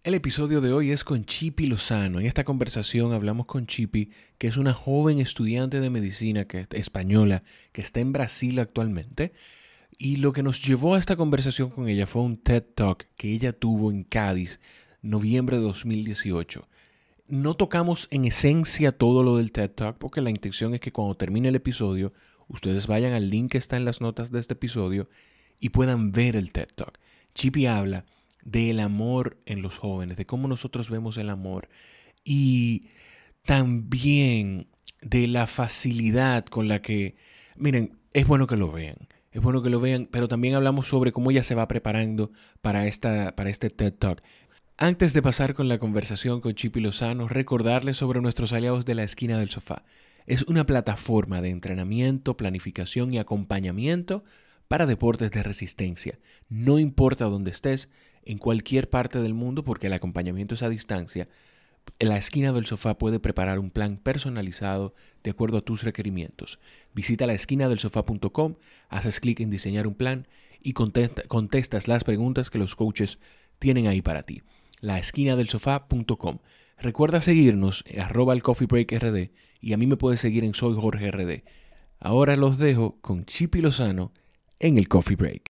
El episodio de hoy es con Chipi Lozano. En esta conversación hablamos con Chipi, que es una joven estudiante de medicina española que está en Brasil actualmente. Y lo que nos llevó a esta conversación con ella fue un TED Talk que ella tuvo en Cádiz, noviembre de 2018. No tocamos en esencia todo lo del TED Talk porque la intención es que cuando termine el episodio, ustedes vayan al link que está en las notas de este episodio y puedan ver el TED Talk. Chipi habla del amor en los jóvenes, de cómo nosotros vemos el amor y también de la facilidad con la que, miren, es bueno que lo vean, pero también hablamos sobre cómo ella se va preparando para este TED Talk. Antes de pasar con la conversación con Chipi Lozano, recordarles sobre nuestros aliados de la esquina del sofá. Es una plataforma de entrenamiento, planificación y acompañamiento para deportes de resistencia. No importa dónde estés, en cualquier parte del mundo, porque el acompañamiento es a distancia, la esquina del sofá puede preparar un plan personalizado de acuerdo a tus requerimientos. Visita laesquinadelsofá.com, haces clic en diseñar un plan y contestas las preguntas que los coaches tienen ahí para ti. Laesquinadelsofá.com. Recuerda seguirnos @elcoffeebreakrd y a mí me puedes seguir en Soy Jorge RD. Ahora los dejo con Chipi Lozano en el Coffee Break.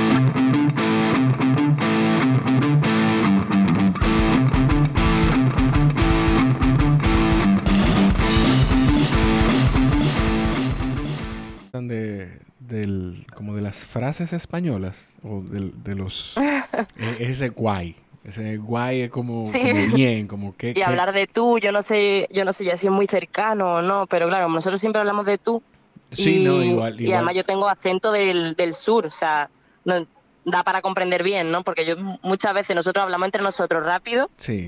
Como de las frases españolas o de los ese guay. Ese guay es como, Sí, como bien, como que, y hablar de tú, yo no sé ya si es muy cercano o no, pero claro, nosotros siempre hablamos de tú sí, no, y igual, además yo tengo acento del sur, o sea, no, da para comprender bien, ¿no? Porque muchas veces nosotros hablamos entre nosotros rápido sí.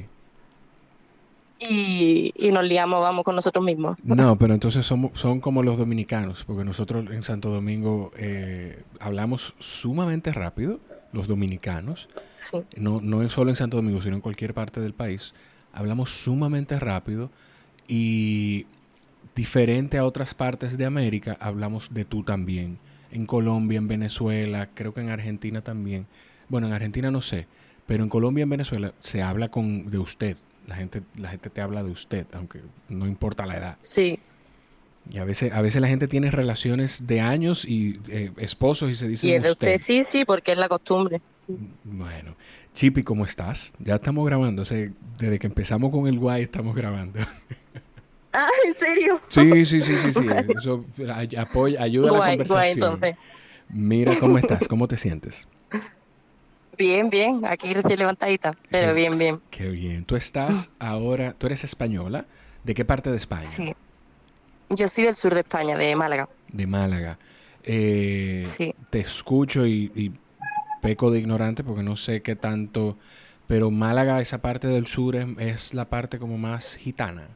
y nos liamos, vamos con nosotros mismos. No, pero entonces son como los dominicanos, porque nosotros en Santo Domingo hablamos sumamente rápido, los dominicanos, Sí. no es solo en Santo Domingo, sino en cualquier parte del país, hablamos sumamente rápido y diferente a otras partes de América, hablamos de tú también. En Colombia, en Venezuela, creo que en Argentina también. Bueno, en Argentina no sé, pero en Colombia y en Venezuela se habla de usted. La gente te habla de usted, aunque no importa la edad. Sí, Y a veces la gente tiene relaciones de años y esposos y se y dicen es de usted usted. sí, sí, porque es la costumbre. Bueno, Chipi, ¿cómo estás? Ya estamos grabando. O sea, desde que empezamos con el guay estamos grabando. Ah, ¿en serio? Sí. Vale. Eso ayuda a la Guay, guay, conversación. entonces. Mira cómo estás, cómo te sientes. Bien, bien, aquí recién levantadita, pero Qué, bien, bien. qué bien. Tú estás ahora, tú eres española. ¿De qué parte de España? Sí, yo soy del sur de España, de Málaga. De Málaga. Sí. Te escucho y peco de ignorante porque no sé qué tanto, pero Málaga, esa parte del sur es la parte como más gitana.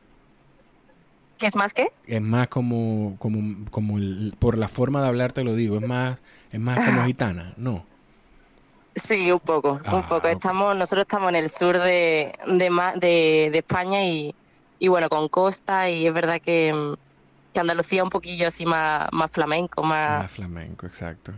¿Qué es más que? Es más por la forma de hablar te lo digo, es más como gitana, ¿no? Sí, un poco, un poco. Ah, ok. Nosotros estamos en el sur de España y bueno, con costa y es verdad que Andalucía es un poquillo así más flamenco, más... Más flamenco, exacto.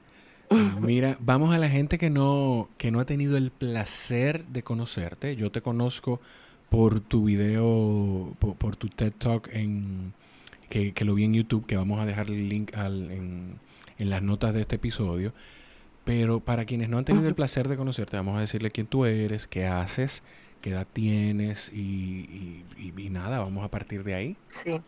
Mira, vamos a la gente que no ha tenido el placer de conocerte. Yo te conozco por tu video, por tu TED Talk que lo vi en YouTube, que vamos a dejar el link en las notas de este episodio. Pero para quienes no han tenido el placer de conocerte, vamos a decirle quién tú eres, qué haces, qué edad tienes y nada, vamos a partir de ahí. Sí.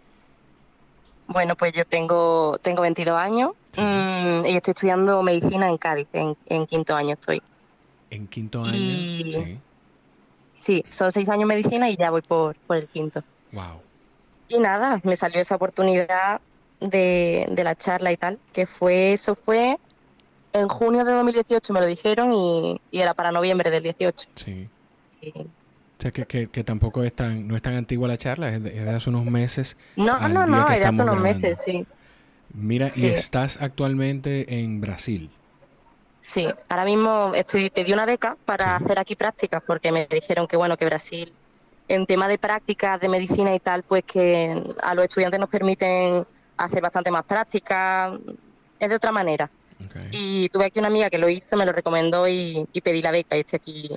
Bueno, pues yo tengo 22 años Sí. y estoy estudiando medicina en Cádiz, en quinto año estoy. En quinto año, Y sí. sí, son 6 años medicina y ya voy por el quinto. Wow. Y nada, me salió esa oportunidad de la charla y tal, eso fue en junio de 2018 me lo dijeron y era para noviembre del 18. Sí. Y- O sea, que tampoco no es tan antigua la charla, es de hace unos meses No, al no, día no, que es de hace estamos unos grabando. meses, sí. Mira, y Sí, estás actualmente en Brasil. sí. Ahora mismo pedí una beca para Sí. hacer aquí prácticas porque me dijeron que bueno, que Brasil, en tema de prácticas de medicina y tal, pues que a los estudiantes nos permiten hacer bastante más prácticas, es de otra manera. Okay. Y tuve aquí una amiga que lo hizo, me lo recomendó y pedí la beca y estoy aquí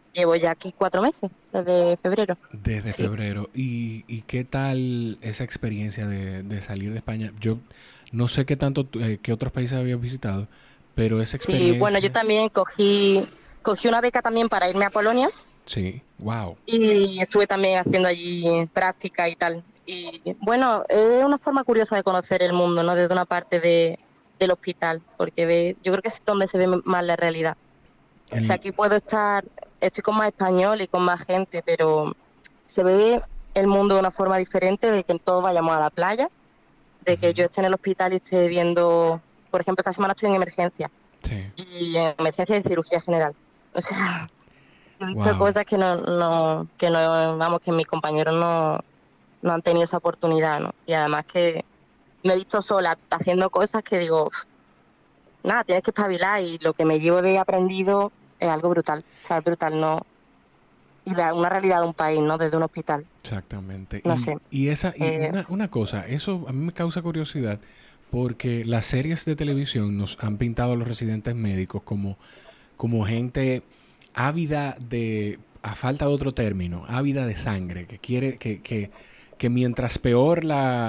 llevo ya aquí 4 meses, desde febrero. Desde Sí, febrero. ¿Y qué tal esa experiencia de salir de España? Yo no sé qué tanto, qué otros países habías visitado, pero esa sí, bueno, yo experiencia, también cogí una beca también para irme a Polonia sí, wow. y estuve también haciendo allí práctica y tal. Y bueno, es una forma curiosa de conocer el mundo, ¿no? Desde una parte del hospital, porque yo creo que es donde se ve más la realidad. O sea, El, aquí estoy con más español y con más gente, pero se ve el mundo de una forma diferente, de que todos vayamos a la playa, de que yo ujú, esté en el hospital y esté viendo, por ejemplo, esta semana estoy en emergencia, sí, y en emergencia de cirugía general. O sea, he visto wow. cosas que no, vamos, que mis compañeros no han tenido esa oportunidad, ¿no? Y además que me he visto sola haciendo cosas que digo, "Uf, nada, tienes que espabilar", y lo que me llevo de aprendido es algo brutal, o sea, es brutal, ¿no? Y una realidad de un país, ¿no? Desde un hospital, Exactamente. no sé. Y una cosa, eso a mí me causa curiosidad porque las series de televisión nos han pintado a los residentes médicos como gente ávida a falta de otro término, ávida de sangre, que quiere, que mientras peor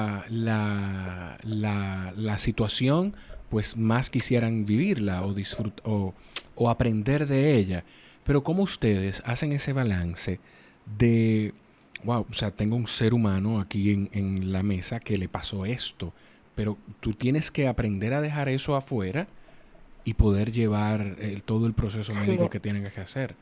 la situación, pues más quisieran vivirla o aprender de ella. Pero ¿cómo ustedes hacen ese balance de, wow, o sea, tengo un ser humano aquí en la mesa que le pasó esto, pero tú tienes que aprender a dejar eso afuera y poder llevar todo el proceso Sí, médico que tienen que hacer?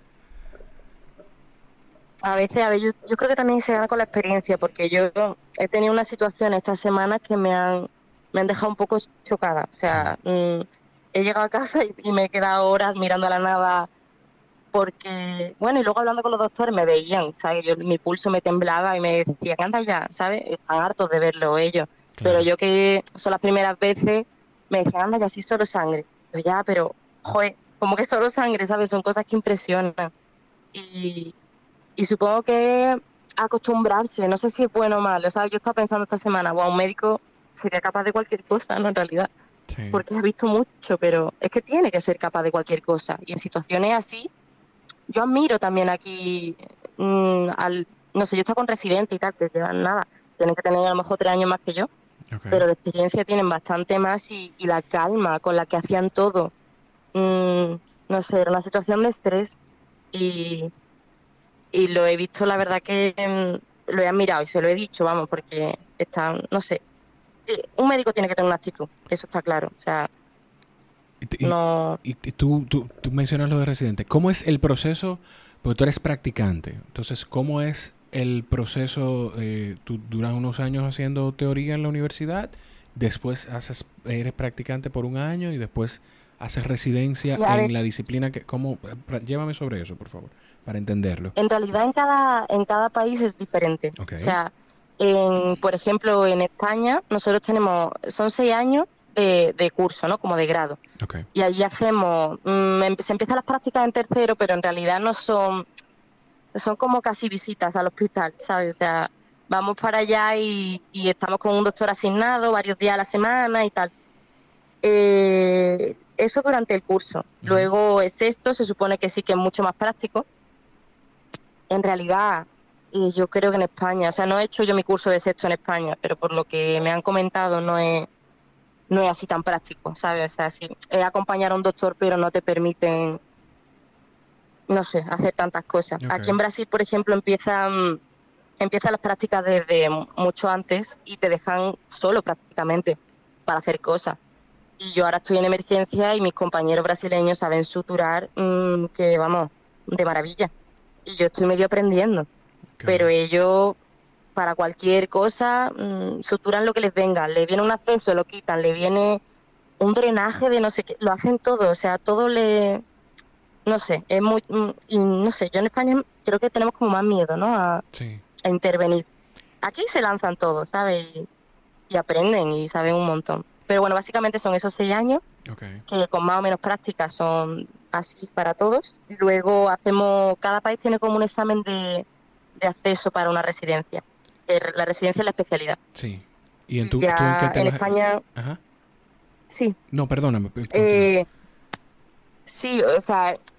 a ver, yo creo que también se gana con la experiencia, porque yo he tenido una situación esta semana que me han dejado un poco chocada. O Sí, sea, he llegado a casa y me he quedado horas mirando a la nada porque, bueno, y luego hablando con los doctores me veían, ¿sabes? Mi pulso me temblaba y me decían, anda ya, ¿sabes? Están hartos de verlo ellos. Pero claro. yo, que son las primeras veces, me decían, anda ya, sí, solo sangre. Yo ya, pero, joder, como que solo sangre, ¿sabes? Son cosas que impresionan. Y, y supongo que acostumbrarse, no sé si es bueno o malo, ¿sabes? Yo estaba pensando esta semana, wow, un médico sería capaz de cualquier cosa, ¿no? En realidad, Sí. porque he visto mucho, pero es que tiene que ser capaz de cualquier cosa. Y en situaciones así, yo admiro también aquí no sé, yo estoy con residentes y tal, que llevan nada, tienen que tener a lo mejor 3 años más que yo, Ok. pero de experiencia tienen bastante más, y la calma con la que hacían todo. Mm, no sé, era una situación de estrés, y, y lo he visto, la verdad que lo he admirado y se lo he dicho, vamos, porque están, no sé, un médico tiene que tener una actitud, eso está claro, o sea, Y, no. y tú mencionas lo de residente. ¿Cómo es el proceso? Porque tú eres practicante. Entonces, ¿cómo es el proceso? Tú duras unos años haciendo teoría en la universidad, después eres practicante por un año y después haces residencia Sí, a ver, en la disciplina que... ¿Cómo? Llévame sobre eso, por favor, para entenderlo. en realidad en cada país es diferente. Ok, O sea, por ejemplo, en España nosotros son 6 años de curso, ¿no? Como de grado. ok. Y allí se empiezan las prácticas en tercero, pero en realidad no son como casi visitas al hospital, ¿sabes? O sea, vamos para allá y estamos con un doctor asignado varios días a la semana y tal. Eso durante el curso. Ujú. Luego es esto, se supone que sí que es mucho más práctico. En realidad, y yo creo que en España, o sea, no he hecho yo mi curso de sexto en España, pero por lo que me han comentado no es así tan práctico, ¿sabes? O sea, sí, es acompañar a un doctor, pero no te permiten, no sé, hacer tantas cosas. Ok. Aquí en Brasil, por ejemplo, empiezan las prácticas desde mucho antes y te dejan solo prácticamente para hacer cosas. Y yo ahora estoy en emergencia y mis compañeros brasileños saben suturar, que vamos, de maravilla. Y yo estoy medio aprendiendo, Ok. pero ellos para cualquier cosa suturan lo que les venga. Le viene un acceso, lo quitan, le viene un drenaje de no sé qué, lo hacen todo, o sea, no sé, es muy, y no sé, yo en España creo que tenemos como más miedo, ¿no? Sí. A intervenir. Aquí se lanzan todos, ¿sabes? Y aprenden y saben un montón. Pero bueno, básicamente son esos 6 años Ok. que con más o menos práctica son así para todos. Y luego cada país tiene como un examen de acceso para una residencia. La residencia es la especialidad. Sí. ¿Y Y tú en qué ya te en vas? España, Ajá. sí, No, perdóname, continúa. eh, sí, o sea,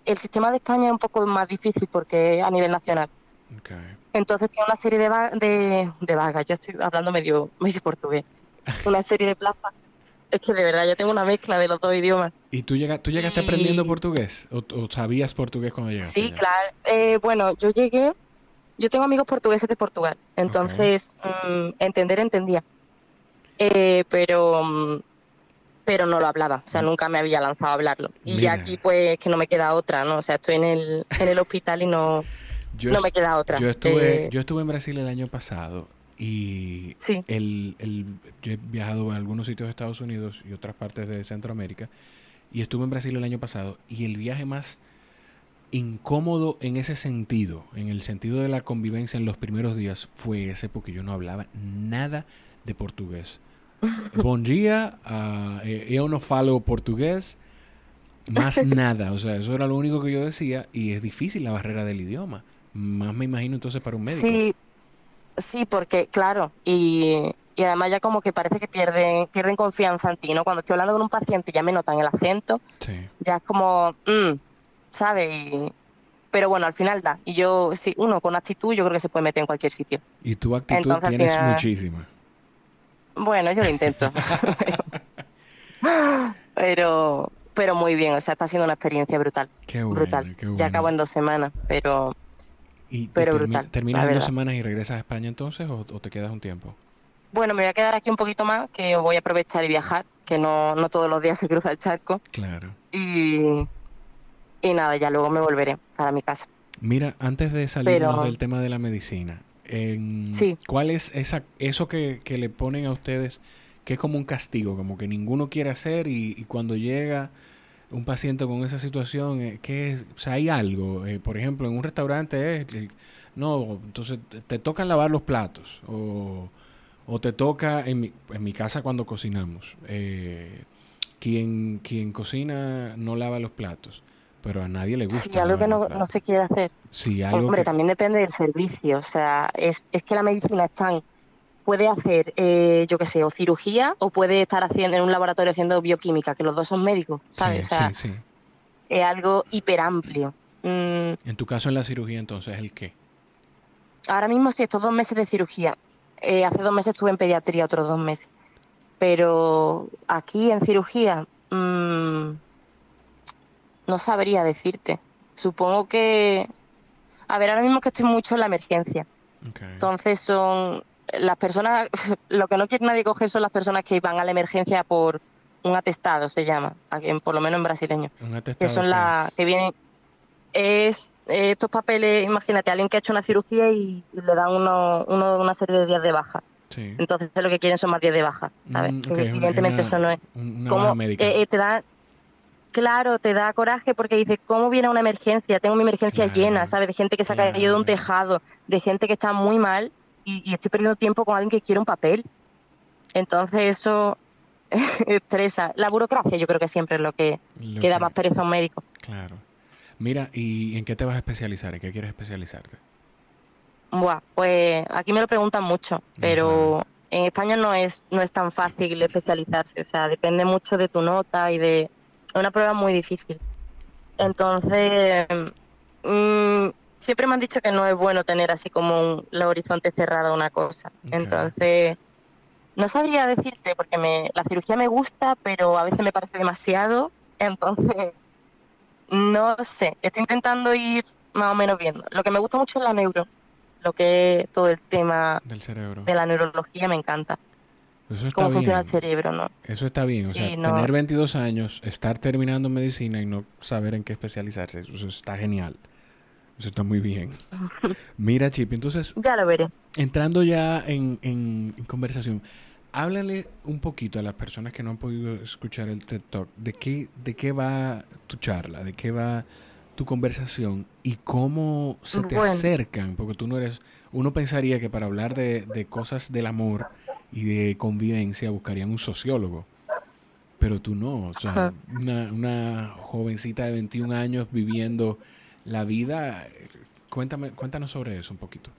el sistema de España es un poco más difícil porque es a nivel nacional. Okay. Entonces tiene una serie de vagas. Yo estoy hablando medio portugués. Una serie de plazas. Es que de verdad yo tengo una mezcla de los dos idiomas. ¿Y tú llegaste aprendiendo Y portugués? ¿O sabías portugués cuando llegaste sí, allá? claro. Bueno, yo tengo amigos portugueses de Portugal. Ok. Entonces, entendía. Pero pero no lo hablaba, o sea, M- nunca me había lanzado a hablarlo. Y ya aquí Mira, pues que no me queda otra, ¿no? O sea, estoy en el hospital y yo, no me queda otra. yo estuve en Brasil el año pasado y Sí, yo he viajado a algunos sitios de Estados Unidos y otras partes de Centroamérica y estuve en Brasil el año pasado y el viaje más incómodo en ese sentido, en el sentido de la convivencia en los primeros días, fue ese porque yo no hablaba nada de portugués. Bom dia, eu no falo portugués, más nada. O sea, eso era lo único que yo decía y es difícil la barrera del idioma. Más me imagino entonces para un médico. sí, sí, porque claro, y además ya como que parece que pierden confianza en ti, ¿no? Cuando estoy hablando con un paciente y ya me notan el acento, Sí. ya es como, ¿sabes? Pero bueno, al final da. Y yo, sí, uno con actitud yo creo que se puede meter en cualquier sitio. Y tu actitud Entonces al tienes final, muchísima. bueno, yo lo intento. Pero muy bien, o sea, está siendo una experiencia brutal, Qué brutal. bueno, qué Ya bueno. acabo en 2 semanas, ¿Y pero brutal, terminas la en dos verdad. semanas y regresas a España entonces o te quedas un tiempo? Bueno, me voy a quedar aquí un poquito más, que voy a aprovechar y viajar, que no todos los días se cruza el charco. Claro. Y, y nada, ya luego me volveré para mi casa. Mira, antes de salirnos Pero del tema de la medicina, sí, ¿cuál es eso que le ponen a ustedes que es como un castigo, como que ninguno quiere hacer y cuando llega un paciente con esa situación, ¿qué es? O sea, hay algo, por ejemplo, en un restaurante no, entonces te tocan lavar los platos o te toca, en mi casa cuando cocinamos, quien cocina no lava los platos, pero a nadie le sí, gusta algo que lavar los no platos. se quiere hacer. Sí, algo Hombre, que... también depende del servicio, o sea, es que la medicina es tan puede hacer, yo qué sé, o cirugía o puede estar haciendo en un laboratorio haciendo bioquímica, que los dos son médicos, ¿sabes? Sí, O sea, sí, sí. es algo hiper amplio. Mm, En tu caso en la cirugía entonces, ¿el qué? Ahora mismo sí, estos 2 meses de cirugía. Hace 2 meses estuve en pediatría, otros 2 meses. Pero aquí en cirugía, no sabría decirte. Supongo que, a ver, ahora mismo que estoy mucho en la emergencia. Okay. Entonces son las personas, lo que no quiere nadie coger son las personas que van a la emergencia por un atestado, se llama, aquí por lo menos en brasileño, ¿Un que atestado son qué las es? que vienen, es estos papeles, imagínate, alguien que ha hecho una cirugía y le dan una serie de días de baja. Sí. Entonces lo que quieren son más días de baja, ¿sabes? Ok, Que evidentemente eso no es. una baja Como médica. te da, claro, te da coraje porque dices, ¿cómo viene una emergencia? Tengo mi emergencia llena, Claro, ¿sabes? De gente que se ha caído de un claro. tejado, de gente que está muy mal y estoy perdiendo tiempo con alguien que quiere un papel. Entonces eso estresa. La burocracia yo creo que siempre es lo Lo que da que, más pereza a un médico. claro. Mira, ¿y en qué te vas a especializar? ¿En qué quieres especializarte? Buah, pues aquí me lo preguntan mucho, Ajá. pero en España no es tan fácil especializarse. O sea, depende mucho de tu nota y de... Es una prueba muy difícil. Entonces, siempre me han dicho que no es bueno tener así como los horizontes cerrados a una cosa. Ok. Entonces, no sabría decirte porque la cirugía me gusta, pero a veces me parece demasiado. Entonces, no sé, estoy intentando ir más o menos viendo. Lo que me gusta mucho es la neuro, lo que es todo el tema Del cerebro. de la neurología me encanta. Eso está Cómo funciona bien. el cerebro, ¿no? Eso está bien. O sea, Sí, no, tener 22 años, estar terminando medicina y no saber en qué especializarse, eso está genial. Eso está muy bien. Mira, Chip, entonces ya lo veré. entrando ya en conversación, háblale un poquito a las personas que no han podido escuchar el TED Talk de qué va tu charla, de qué va tu conversación y cómo se te Bueno, acercan, porque tú no eres, uno pensaría que para hablar de cosas del amor y de convivencia buscarían un sociólogo, pero tú no, o sea, una jovencita de 21 años viviendo la vida, cuéntanos sobre eso un poquito.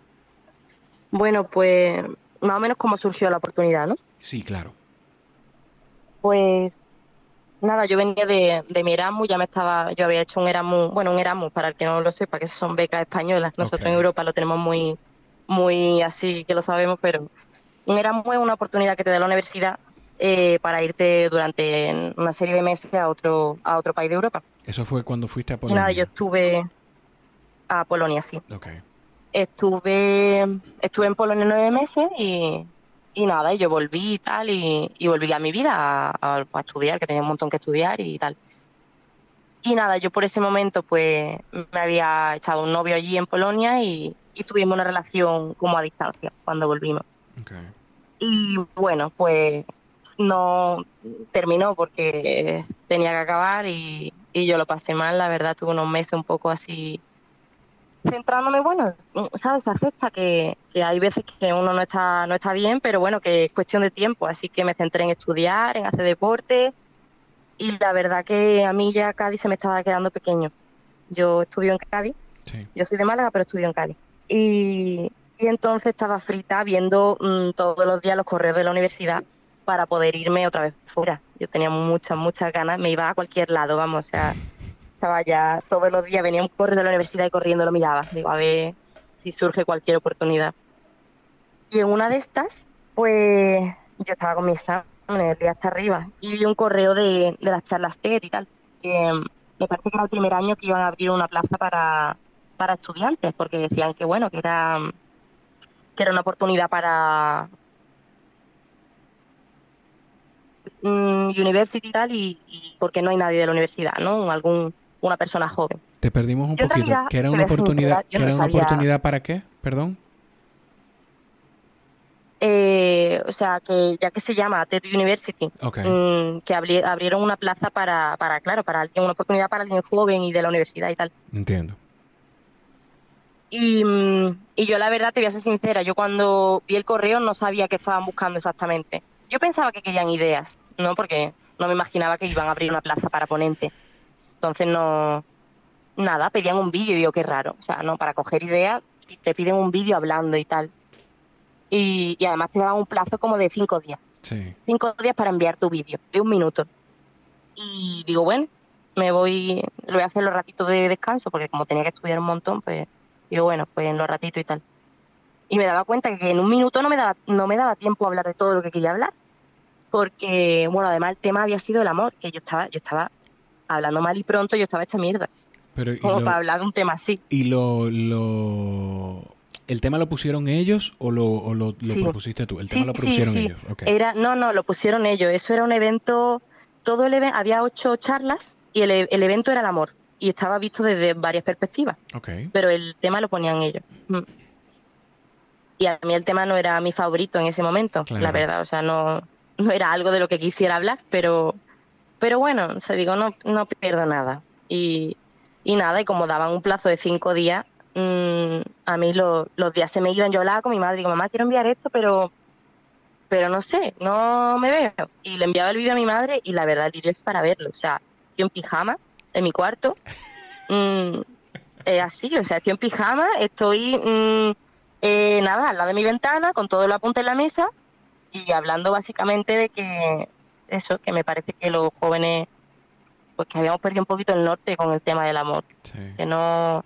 bueno, pues más o menos cómo surgió la oportunidad, ¿no? Sí, claro. Pues Nada, yo venía de mi Erasmus, yo había hecho un Erasmus, bueno, un Erasmus, para el que no lo sepa, que son becas españolas. Ok. Nosotros en Europa lo tenemos muy, muy así, que lo sabemos, pero un Erasmus es una oportunidad que te da la universidad para irte durante una serie de meses a otro país de Europa. Eso fue cuando fuiste a Y nada, yo Polonia. estuve a Polonia, sí. Ok. Estuve en Polonia 9 meses y nada, y yo volví y tal, y volví a mi vida a estudiar, que tenía un montón que estudiar y tal. Y nada, yo por ese momento pues me había echado un novio allí en Polonia y tuvimos una relación como a distancia cuando volvimos. Ok. Y bueno, pues no terminó porque tenía que acabar y yo lo pasé mal, la verdad, tuve unos meses un poco así centrándome, bueno, sabes, afecta que hay veces que uno no está bien, pero bueno, que es cuestión de tiempo, así que me centré en estudiar, en hacer deporte y la verdad que a mí ya Cádiz se me estaba quedando pequeño. Yo estudio en Cádiz, Sí. yo soy de Málaga, pero estudio en Cádiz. Y entonces estaba frita viendo todos los días los correos de la universidad para poder irme otra vez fuera. Yo tenía muchas, muchas ganas, me iba a cualquier lado, vamos, o sea, estaba ya todos los días, venía un correo de la universidad y corriendo lo miraba. Digo, a ver si surge cualquier oportunidad. Y en una de estas, pues yo estaba con mi examen el día hasta arriba y vi un correo de las charlas TED y tal, que me parece que era el primer año que iban a abrir una plaza para estudiantes, porque decían que bueno, que era una oportunidad para university y tal, y porque no hay nadie de la universidad, ¿no? Una persona joven. Te perdimos un Yo en poquito. realidad, ¿Que era te una voy a ser oportunidad? sincera, yo ¿Que no era una sabía. oportunidad para qué? Perdón. O sea, que ya que se llama TED University, Ok. que abrieron una plaza claro, para alguien, una oportunidad para alguien joven y de la universidad y tal. Entiendo. Y yo la verdad te voy a ser sincera, yo cuando vi el correo no sabía qué estaban buscando exactamente. Yo pensaba que querían ideas, ¿no? Porque no me imaginaba que iban a abrir una plaza para ponente. Entonces no, nada, pedían un vídeo y digo, qué raro. O sea, no, para coger ideas te piden un vídeo hablando y tal. Y además te daban un plazo como de 5 días. Sí. 5 días para enviar tu vídeo, de 1 minuto. Y digo, bueno, lo voy a hacer los ratitos de descanso, porque como tenía que estudiar un montón, pues digo, bueno, pues en los ratitos y tal. Y me daba cuenta que en 1 minuto no me daba tiempo a hablar de todo lo que quería hablar, porque, bueno, además el tema había sido el amor, que yo estaba hablando mal y pronto, yo estaba hecha mierda, Pero como para hablar de un tema así. y ¿el tema lo pusieron ellos o lo Sí, propusiste tú? El tema sí, lo sí, propusieron sí. ellos. Ok. No, lo pusieron ellos. Eso era un evento, todo el evento, había 8 charlas y el evento era el amor. Y estaba visto desde varias perspectivas, Ok. pero el tema lo ponían ellos. Y a mí el tema no era mi favorito en ese momento, la Claro. verdad. O sea, no era algo de lo que quisiera hablar, pero bueno, o sea, digo, no pierdo nada. Y nada, y como daban un plazo de 5 días, a mí los días se me iban. Yo hablaba con mi madre, digo, mamá, quiero enviar esto, pero no sé, no me veo. Y le enviaba el vídeo a mi madre y la verdad el vídeo es para verlo. O sea, yo en pijama, en mi cuarto, mm, así, o sea, estoy en pijama, estoy, nada, al lado de mi ventana, con todo el apunte en la mesa y hablando básicamente de que eso, que me parece que los jóvenes, pues que habíamos perdido un poquito el norte con el tema del amor, Sí. que no,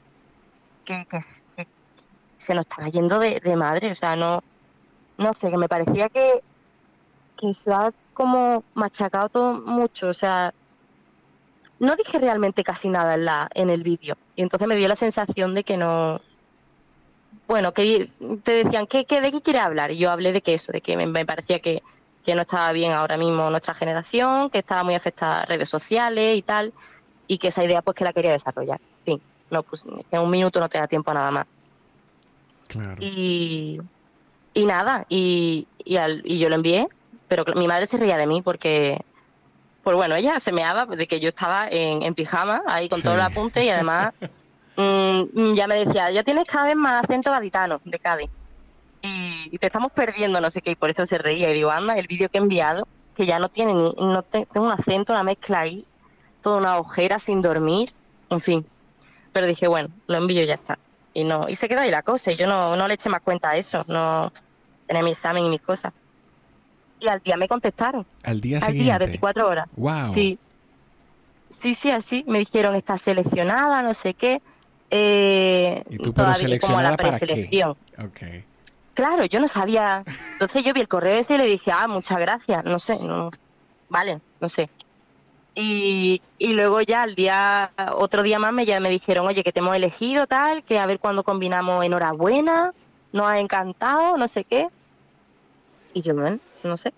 que se nos estaba yendo de madre, o sea, no sé, que me parecía que se ha como machacado todo mucho, o sea, no dije realmente casi nada en el vídeo, y entonces me dio la sensación de que no, bueno, que te decían, ¿de qué quieres hablar? Y yo hablé de que eso, de que me parecía que no estaba bien ahora mismo nuestra generación, que estaba muy afectada a redes sociales y tal, y que esa idea pues que la quería desarrollar. En fin, no, pues en 1 minuto no te da tiempo a nada más. Claro. Y, y nada, y yo lo envié, pero mi madre se reía de mí porque pues bueno, ella se meaba de que yo estaba en pijama, ahí con todo el Sí. apunte, y además ya me decía, ya tienes cada vez más acento gaditano de Cádiz, y te estamos perdiendo, no sé qué, y por eso se reía. Y digo, anda, el vídeo que he enviado, que ya no tiene tengo un acento, una mezcla ahí, toda una ojera sin dormir, en fin. Pero dije, bueno, lo envío y ya está. Y se quedó ahí la cosa, y yo no le eché más cuenta a eso, no tenía mi examen y mis cosas. Y al día me contestaron, Al día al día, siguiente. 24 horas. Wow. Sí. Sí, sí, así. Me dijeron, estás seleccionada, no sé qué. ¿Y tú, pero Todavía como la seleccionada para qué? preselección. Ok. Claro, yo no sabía. Entonces yo vi el correo ese y le dije, muchas gracias. No sé, no, vale, no sé. Y luego ya otro día más ya me dijeron, oye, que te hemos elegido tal, que a ver cuándo combinamos, enhorabuena, nos ha encantado, no sé qué. Y yo, bueno, no sé.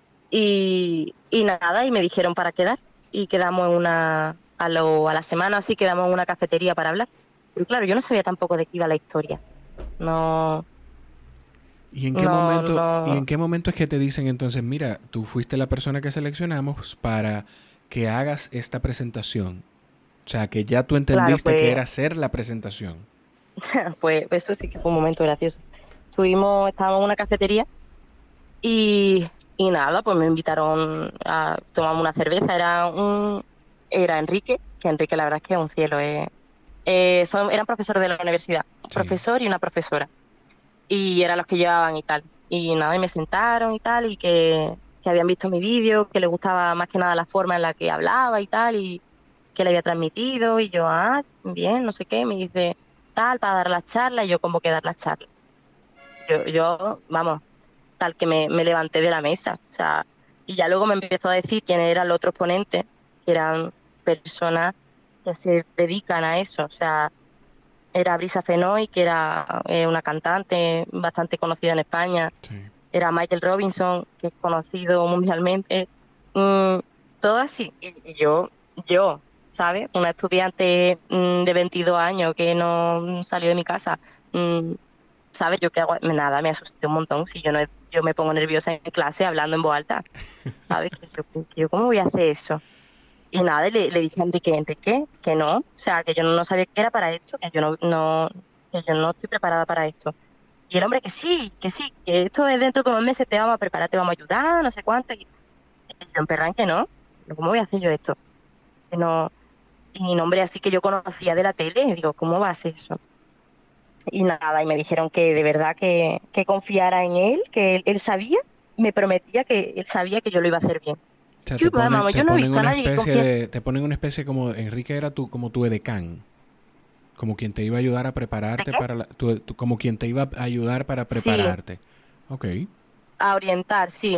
Y nada, y me dijeron para quedar. Y quedamos a la semana así, quedamos en una cafetería para hablar. Pero claro, yo no sabía tampoco de qué iba la historia. No, no, ¿Y no. en qué momento es que te dicen entonces, mira, tú fuiste la persona que seleccionamos para que hagas esta presentación? O sea, que ya tú Claro, entendiste que pues, era hacer la presentación. pues eso sí que fue un momento gracioso. Estábamos en una cafetería y, y nada, pues me invitaron a tomar una cerveza. Era Enrique, que Enrique la verdad es que es un cielo. Eran profesores de la universidad, un Sí. profesor y una profesora. Y eran los que llevaban y tal. Y nada, y me sentaron y tal, y que habían visto mi vídeo, que les gustaba más que nada la forma en la que hablaba y tal, y que le había transmitido. Y yo, bien, no sé qué. Me dice, tal, para dar la charla, y yo, como que dar la charla. Vamos, tal que me levanté de la mesa. O sea, y ya luego me empezó a decir quién eran los otros ponentes, que eran personas que se dedican a eso. O sea, era Brisa Fenoy, que era una cantante bastante conocida en España. Sí. Era Michael Robinson, que es conocido mundialmente. Mm, todo así. Y yo, ¿sabes? Una estudiante de 22 años que no salió de mi casa. mm, ¿Sabes? Yo qué hago, nada, me asusté un montón. Si yo no, yo me pongo nerviosa en clase hablando en voz alta, ¿sabes? Que yo ¿cómo voy a hacer eso? Y nada, y le dije a Enrique, que no, o sea, que yo no sabía que era para esto, que yo no estoy preparada para esto. Y el hombre que esto es dentro de unos meses, te vamos a preparar, te vamos a ayudar, no sé cuánto. Y yo en Perran que no, ¿cómo voy a hacer yo esto? Que no, y nombre así que yo conocía de la tele, digo, ¿cómo va a ser eso? Y nada, y me dijeron que de verdad que confiara en él, que él sabía, me prometía que él sabía que yo lo iba a hacer bien. O sea, Yo, vamos, yo te no he ponen visto a una nadie que especie confíe. de, te ponen una especie como, Enrique era como tu edecán, como quien te iba a ayudar a ¿De prepararte qué? para como quien te iba a ayudar para Sí, prepararte. Ok. a orientar, sí.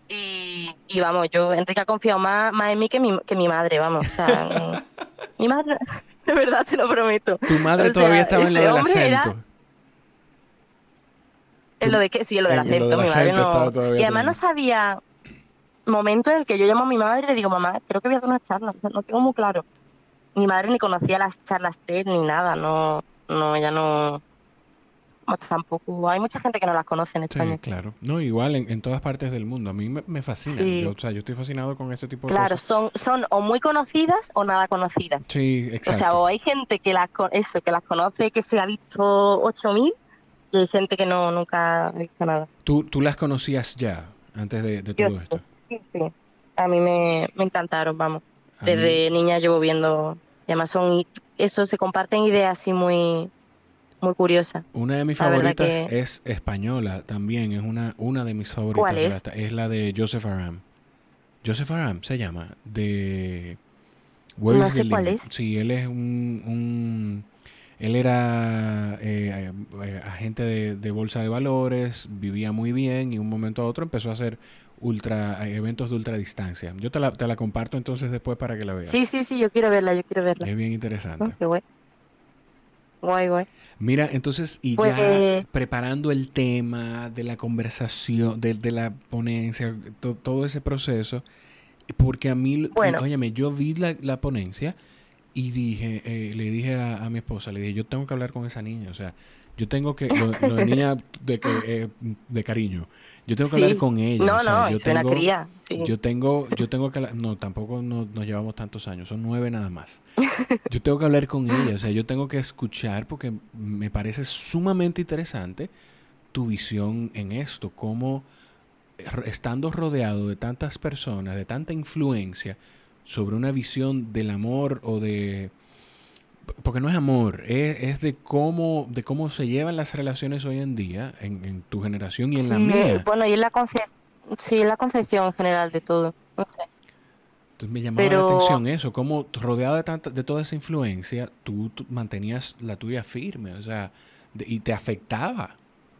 Y vamos, Enrique ha confiado más en mí que mi madre, vamos. O sea, mi madre, de verdad te lo prometo. Tu madre O todavía sea, estaba en lo ese del hombre era acento. en lo de que, sí, en lo del En lo acento, del mi madre acento estaba no. Y todavía tu además no mamá. sabía momento en el que yo llamo a mi madre y le digo, mamá, creo que voy a dar una charla. O sea, no tengo muy claro. Mi madre ni conocía las charlas TED ni nada, no, no, ella no, tampoco. Hay mucha gente que no las conoce en Sí, España. claro. No, igual en todas partes del mundo. A mí me fascinan. Sí, O sea, yo estoy fascinado con este tipo de claro, cosas. son o muy conocidas o nada conocidas. Sí, O sea, exacto. o hay gente que las conoce, que se ha visto 8.000, y hay gente que no, nunca ha visto nada. ¿Tú las conocías ya, antes de Yo todo esto? sí, sí. A mí me encantaron, vamos. A mí, Desde niña llevo viendo, y además eso, se comparten ideas así muy, muy curiosas. una de mis La verdad favoritas que, es española también. Es una de mis ¿cuál favoritas. es? Es la de Joseph Aram. Joseph Aram se llama. De Where No is the sé cuál Limit? es. Sí, él es él era agente de bolsa de valores, vivía muy bien y un momento a otro empezó a hacer eventos de ultra distancia. Yo te la comparto entonces después para que la Sí, veas. sí, sí, yo quiero verla, yo quiero verla. Es bien interesante. Qué guay, guay, guay. Mira, entonces, y ya Pues, preparando el tema de la conversación, de la ponencia, todo ese proceso, porque a mí, bueno, óyeme, yo vi la ponencia y le dije a mi esposa, le dije, yo tengo que hablar con esa niña, o sea, yo tengo que, lo de niña de cariño, yo tengo que hablar sí. con ella, o No, sea, no, es una cría, sí. yo tengo que, no, tampoco nos llevamos tantos años, son 9 nada más. Yo tengo que hablar con ella, o sea, yo tengo que escuchar porque me parece sumamente interesante tu visión en esto, cómo estando rodeado de tantas personas, de tanta influencia sobre una visión del amor o de... Porque no es amor, es de cómo se llevan las relaciones hoy en día, en tu generación y en la Sí, mía. bueno, y es la sí, es la concepción general de todo. No sé. Entonces me llamaba la Pero atención eso, cómo rodeado de toda esa influencia, tú mantenías la tuya firme, o sea, y te afectaba.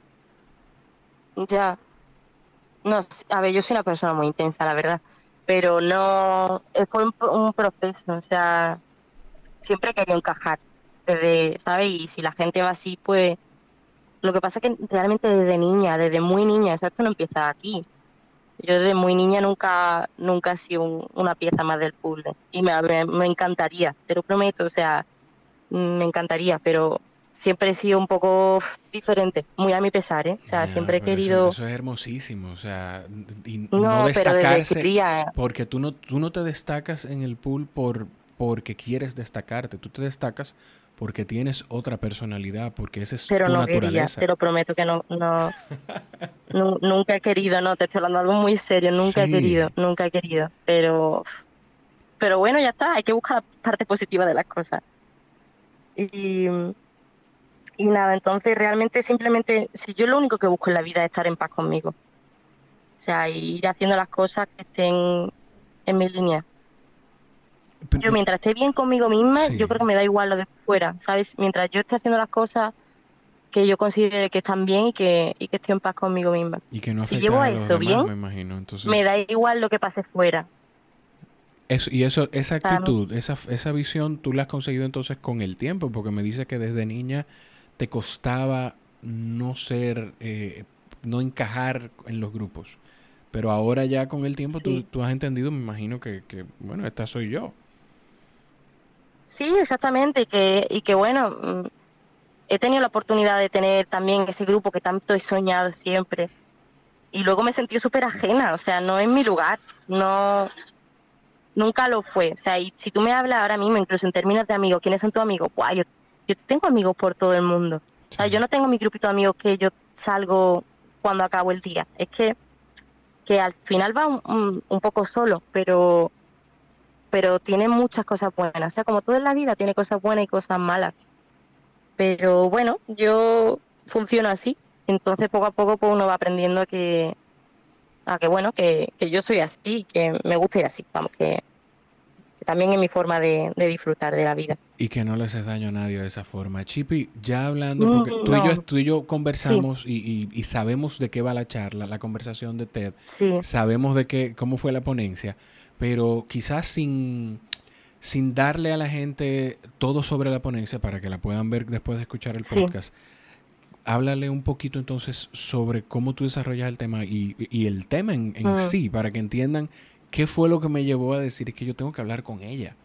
ya, no, a ver, yo soy una persona muy intensa, la verdad, pero no, fue un proceso, o sea, siempre he querido encajar, ¿sabes? Y si la gente va así, pues lo que pasa es que realmente desde niña, desde muy niña, o sea, esto no empieza aquí. Yo desde muy niña nunca he sido una pieza más del puzzle y me encantaría, te lo prometo, o sea, me encantaría, pero siempre he sido un poco diferente, muy a mi pesar, ¿eh? O sea, Ya, siempre he pero querido, eso es hermosísimo, o sea, y no no, pero desde destacarse, cría, porque tú no te destacas en el pool porque quieres destacarte, tú te destacas porque tienes otra personalidad, porque esa es pero tu no quería, naturaleza. te lo prometo que nunca he querido, no, te estoy hablando de algo muy serio, Sí, nunca he querido, pero bueno, ya está, hay que buscar la parte positiva de las cosas. Y, y nada, entonces realmente simplemente, si yo lo único que busco en la vida es estar en paz conmigo, o sea, ir haciendo las cosas que estén en mi línea. Yo mientras esté bien conmigo misma, yo sí, creo que me da igual lo de fuera, ¿sabes? Mientras yo esté haciendo las cosas que yo considere que están bien y que estoy en paz conmigo misma. y que no Si afectas llevo a los eso demás, bien, me imagino. me Entonces, da igual lo que pase fuera. esa O sea, actitud, esa visión, tú la has conseguido entonces con el tiempo, porque me dice que desde niña te costaba no ser, no encajar en los grupos. Pero ahora ya con el tiempo tú, sí, tú has entendido, me imagino bueno, esta soy yo. sí, exactamente, y que bueno, he tenido la oportunidad de tener también ese grupo que tanto he soñado siempre. Y luego me sentí súper ajena, o sea, no es mi lugar, no, nunca lo fue. O sea, y si tú me hablas ahora mismo, incluso en términos de amigos, ¿quiénes son tus amigos? Guau, yo tengo amigos por todo el mundo. O Sí. sea, yo no tengo mi grupito de amigos que yo salgo cuando acabo el día. Es que al final va un poco solo, pero tiene muchas cosas buenas. O sea, como todo en la vida, tiene cosas buenas y cosas malas. Pero bueno, yo funciono así. Entonces, poco a poco, pues uno va aprendiendo a que bueno, que yo soy así, que me gusta ir así, vamos, que también es mi forma de disfrutar de la vida. Y que no le haces daño a nadie de esa forma. Chipi, ya hablando, porque No, tú y yo sí, conversamos y sabemos de qué va la charla, la conversación de TED, sí, sabemos cómo fue la ponencia, pero quizás sin darle a la gente todo sobre la ponencia para que la puedan ver después de escuchar el sí. podcast, háblale un poquito entonces sobre cómo tú desarrollas el tema y el tema en Mm. sí, para que entiendan qué fue lo que me llevó a decir que yo tengo que hablar con ella.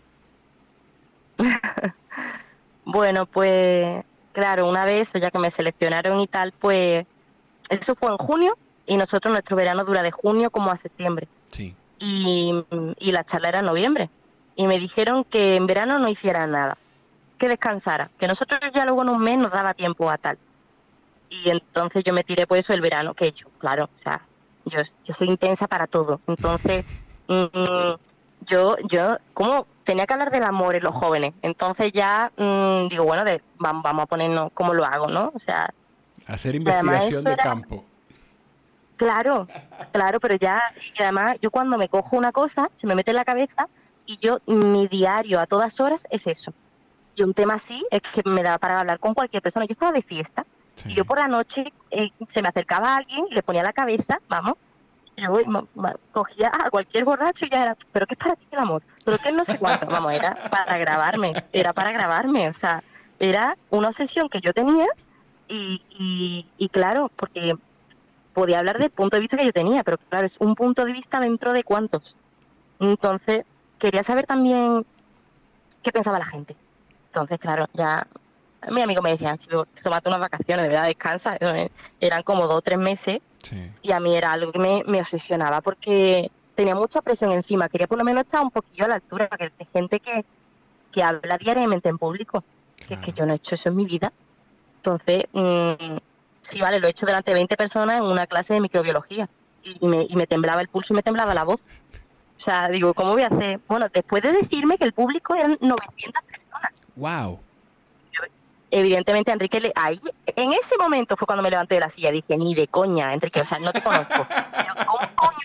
Bueno, pues claro, una vez, eso, ya que me seleccionaron y tal, pues eso fue en junio y nosotros nuestro verano dura de junio como a septiembre Sí, y la charla era en noviembre. Y me dijeron que en verano no hiciera nada, que descansara, que nosotros ya luego en un mes nos daba tiempo a tal. Y entonces yo me tiré por eso el verano, que yo, claro, o sea, yo soy intensa para todo. Entonces, mm, como tenía que hablar del amor en los jóvenes. Entonces ya digo, bueno, vamos a ponernos cómo lo hago, ¿no? O sea, hacer además investigación eso de era, campo. claro, claro, pero ya, y además yo cuando me cojo una cosa, se me mete en la cabeza y mi diario a todas horas es eso. Y un tema así es que me da para hablar con cualquier persona. Yo estaba de fiesta Sí. y yo por la noche se me acercaba a alguien y le ponía la cabeza, vamos, yo cogía a cualquier borracho y ya era, pero ¿qué es para ti el amor? Pero qué no sé cuánto, vamos, era para grabarme, o sea, era una obsesión que yo tenía y claro, porque podía hablar del punto de vista que yo tenía, pero claro, es un punto de vista dentro de cuántos. Entonces, quería saber también qué pensaba la gente. Entonces, claro, ya mi amigo me decía, chico, tómate unas vacaciones, de verdad, descansa. Eran como 2 o 3 meses Sí. y a mí era algo que me obsesionaba porque tenía mucha presión encima. Quería por lo menos estar un poquillo a la altura de gente que habla diariamente en público, que es que Claro. yo no he hecho eso en mi vida. Entonces, sí, vale, lo he hecho delante de 20 personas en una clase de microbiología y me temblaba el pulso y me temblaba la voz. O sea, digo, ¿cómo voy a hacer? Bueno, después de decirme que el público eran 900 personas. Wow. Evidentemente, Enrique, ahí, en ese momento fue cuando me levanté de la silla. Dije, ni de coña, Enrique, o sea, no te conozco. Pero, ¿cómo coño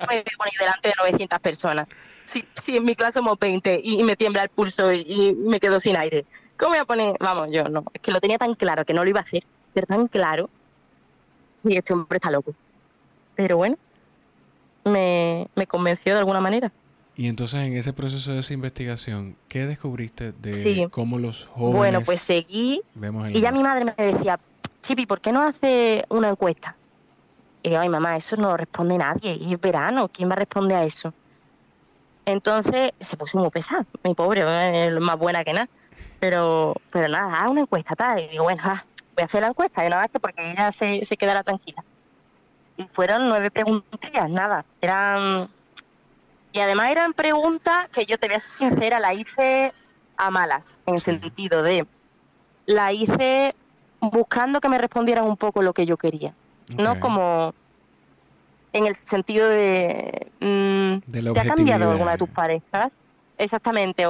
puede poner delante de 900 personas? Si en mi clase somos 20 y me tiembla el pulso y me quedo sin aire. ¿Cómo voy a poner? Vamos, yo no. Es que lo tenía tan claro que no lo iba a hacer, pero tan claro. Y este hombre está loco. Pero bueno, me convenció de alguna manera. Y entonces en ese proceso de esa investigación, ¿qué descubriste de Sí. cómo los Bueno, pues jóvenes seguí vemos el y ya amor? mi madre me decía, Chipi, ¿por qué no haces una encuesta? Y yo, ay, mamá, eso no lo responde nadie. Y es verano, ¿quién va a responder a eso? Entonces se puso muy pesada, mi pobre, es más buena que nada. Pero nada, haz una encuesta, tal. Y digo, bueno, voy a hacer la encuesta de una vez que porque ella se quedará tranquila. Y fueron 9 preguntillas, nada. Y además eran preguntas que yo te voy a ser sincera, la hice a malas, en el Sí. sentido de, la hice buscando que me respondieran un poco lo que yo quería. No Ok. como en el sentido de, De la ¿te ha cambiado alguna de objetividad. tus parejas? Exactamente,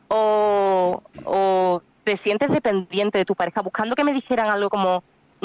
o te sientes dependiente de tu pareja, buscando que me dijeran algo como,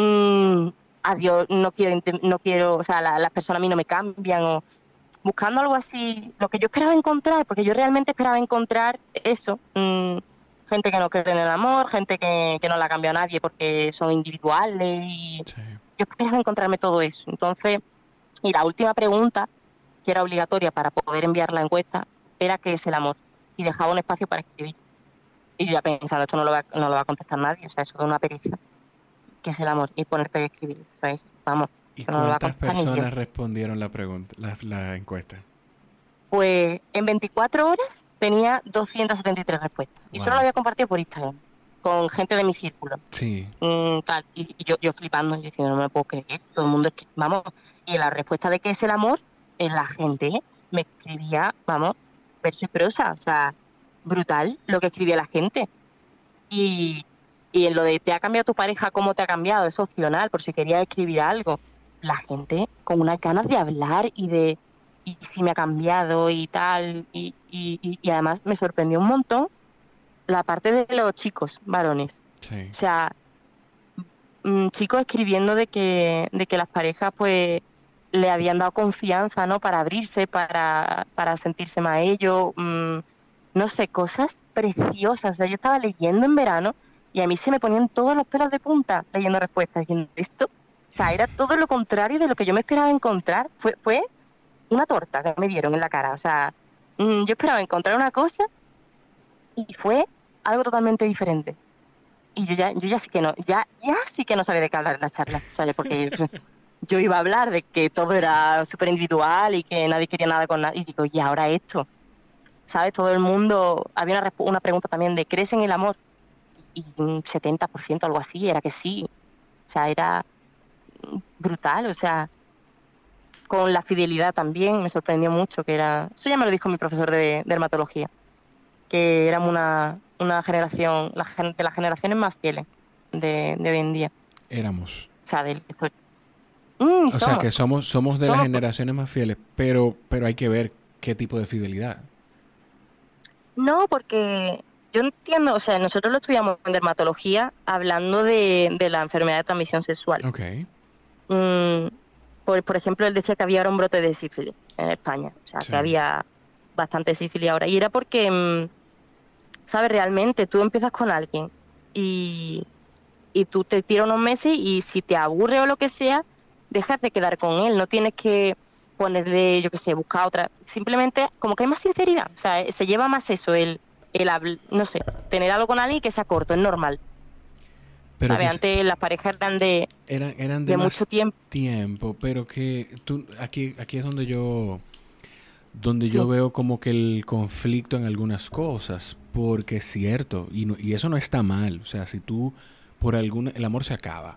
adiós, no quiero, o sea, las personas a mí no me cambian, o buscando algo así, lo que yo esperaba encontrar, porque yo realmente esperaba encontrar eso, gente que no cree en el amor, gente que no la ha cambiado a nadie porque son individuales, y Sí. yo esperaba encontrarme todo eso. Entonces, y la última pregunta, que era obligatoria para poder enviar la encuesta, era ¿qué es el amor? Y dejaba un espacio para escribir. Y yo ya pensando, esto no lo va a contestar nadie, o sea, eso es una pereza. ¿Qué es el amor? Y ponerte a escribir. Entonces, vamos, ¿Y eso no lo va a cuántas contestar ni Dios. personas respondieron la pregunta, la encuesta? Pues en 24 horas tenía 273 respuestas. Y solo lo Wow. había compartido por Instagram, con gente de mi círculo. Sí. Tal. Y yo flipando, yo diciendo, no me puedo creer. Todo el mundo es que, vamos, y la respuesta de qué es el amor, la gente me escribía, vamos, verso y prosa. O sea, brutal lo que escribía la gente. Y, y en lo de te ha cambiado tu pareja, ¿cómo te ha cambiado? Es opcional, por si querías escribir algo. La gente con unas ganas de hablar y si me ha cambiado y tal. Y además me sorprendió un montón la parte de los chicos varones. Sí. O sea, chicos escribiendo de que las parejas pues le habían dado confianza, ¿no? Para abrirse, para sentirse más ellos, no sé, cosas preciosas. O sea, yo estaba leyendo en verano y a mí se me ponían todos los pelos de punta leyendo respuestas, diciendo esto. O sea, era todo lo contrario de lo que yo me esperaba encontrar. Fue una torta que me dieron en la cara. O sea, yo esperaba encontrar una cosa y fue algo totalmente diferente. Y yo ya sí que no, ya sí que no sabía de qué hablar en la charla, ¿sabes? Porque yo iba a hablar de que todo era súper individual y que nadie quería nada con nadie. Y digo, y ahora esto, ¿sabes? Todo el mundo, había una pregunta también de, ¿crees en el amor? Y un 70%, algo así, era que sí. O sea, era brutal, o sea, con la fidelidad también, me sorprendió mucho, que era, eso ya me lo dijo mi profesor de dermatología, que éramos una generación, de las generaciones más fieles de hoy en día. Éramos. O sea, O sea que somos de las somos, generaciones más fieles, pero hay que ver qué tipo de fidelidad. no, porque yo entiendo, o sea, nosotros lo estudiamos en dermatología hablando de la enfermedad de transmisión sexual. Ok. Mm, por ejemplo, él decía que había ahora un brote de sífilis en España, o sea, Sí. que había bastante sífilis ahora, y era porque, ¿sabes? Realmente tú empiezas con alguien y, y tú te tiras unos meses y si te aburre o lo que sea, dejas de quedar con él, no tienes que ponerle, yo qué sé, buscar otra, simplemente como que hay más sinceridad, o sea, se lleva más eso, no sé, tener algo con alguien que sea corto, es normal, Pero ¿sabes? que Antes las parejas eran eran de de mucho más tiempo, tiempo, pero que tú, aquí es donde yo sí, veo como que el conflicto en algunas cosas, porque es cierto, y eso no está mal, o sea, si tú el amor se acaba,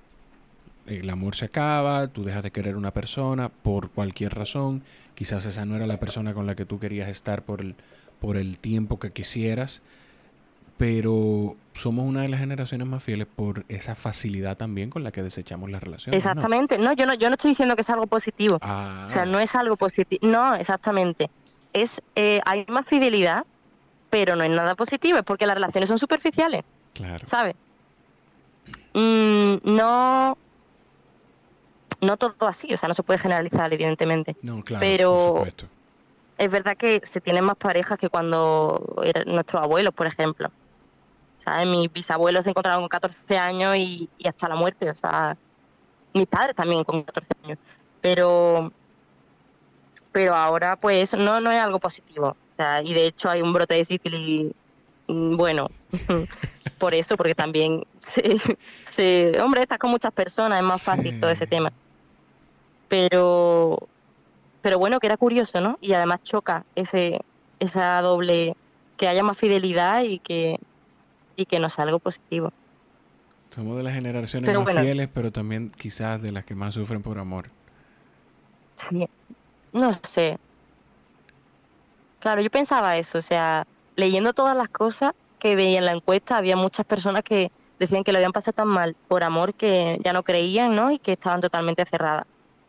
tú dejas de querer a una persona por cualquier razón, quizás esa no era la persona con la que tú querías estar por el tiempo que quisieras, pero somos una de las generaciones más fieles por esa facilidad también con la que desechamos las relaciones, ¿no? exactamente, no, yo no estoy diciendo que es algo positivo, o sea, Ah, no es algo positivo, no, exactamente, hay más fidelidad, pero no es nada positivo, es porque las relaciones son superficiales, claro. ¿sabes? No, No todo así, o sea, no se puede generalizar, evidentemente. No, claro, por Pero supuesto. es verdad que se tienen más parejas que cuando eran nuestros abuelos, por ejemplo. ¿Sabes? Mis bisabuelos se encontraron con 14 años y hasta la muerte, o sea, mis padres también con 14 años. Pero, pero ahora, pues, no es algo positivo. O sea, y de hecho hay un brote de sífilis, bueno, por eso, porque también hombre, estás con muchas personas, es más fácil todo Sí. ese tema. Pero, pero bueno, que era curioso, ¿no? Y además choca esa doble, que haya más fidelidad y que no sea algo positivo. Somos de las generaciones Pero más bueno, fieles, pero también quizás de las que más sufren por amor. sí, no sé. Claro, yo pensaba eso, o sea, leyendo todas las cosas que veía en la encuesta, había muchas personas que decían que lo habían pasado tan mal por amor que ya no creían, ¿no? Y que estaban totalmente cerradas.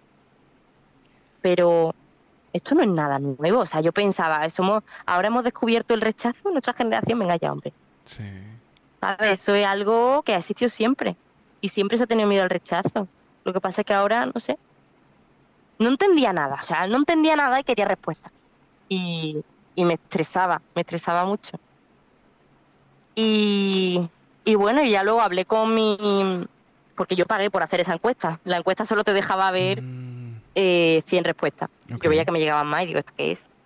Pero esto no es nada nuevo, o sea, yo pensaba, ahora hemos descubierto el rechazo en nuestra generación, venga ya, hombre. Sí. ¿Sabes? Eso es algo que ha existido siempre y siempre se ha tenido miedo al rechazo. Lo que pasa es que ahora, no sé, no entendía nada, o sea, no entendía nada y quería respuesta. Y, y me estresaba mucho. Y, y bueno, y ya luego hablé con porque yo pagué por hacer esa encuesta. La encuesta solo te dejaba ver Mm, 100 respuestas. ok. Yo veía que me llegaban más y digo, ¿esto qué es?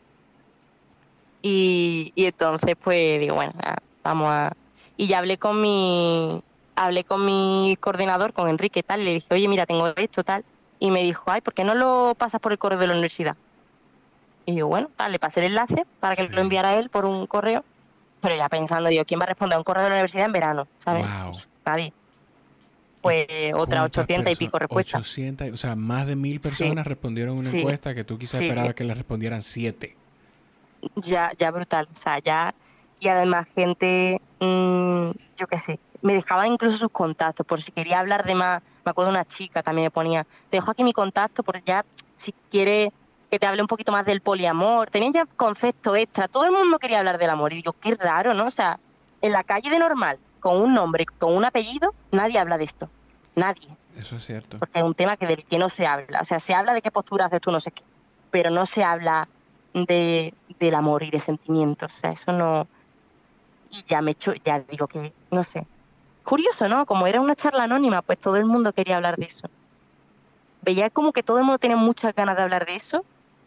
Y entonces, pues digo, bueno, vamos a... Y ya hablé con mi coordinador, con Enrique y tal, y le dije, oye, mira, tengo esto, tal. Y me dijo, ay, ¿por qué no lo pasas por el correo de la universidad? Y yo, bueno, tal, le pasé el enlace para que Sí. lo enviara él por un correo, pero ya pensando, digo, ¿quién va a responder a un correo de la universidad en verano? ¿Sabes? Wow. Pues, nadie. ¿Y Pues otras cuántas 800 y personas? pico respuestas. 800, o sea, más de 1000 Sí, personas respondieron una sí, encuesta que tú quizás sí, esperabas que le respondieran 7. ya brutal. O sea, ya, y además gente, yo qué sé, me dejaban incluso sus contactos por si quería hablar de más. Me acuerdo una chica también me ponía, te dejo aquí mi contacto por ya, si quieres que te hable un poquito más del poliamor. Tenían ya concepto extra, todo el mundo quería hablar del amor. Y yo, qué raro, ¿no? O sea, en la calle de normal, con un nombre, con un apellido, nadie habla de esto. Nadie. Eso es cierto. Porque es un tema del que no se habla. O sea, se habla de qué postura haces tú, no sé qué, pero no se habla del amor y de sentimientos. O sea, eso no. Y ya digo que, no sé. Curioso, ¿no? Como era una charla anónima, pues todo el mundo quería hablar de eso. Veía como que todo el mundo tenía muchas ganas de hablar de eso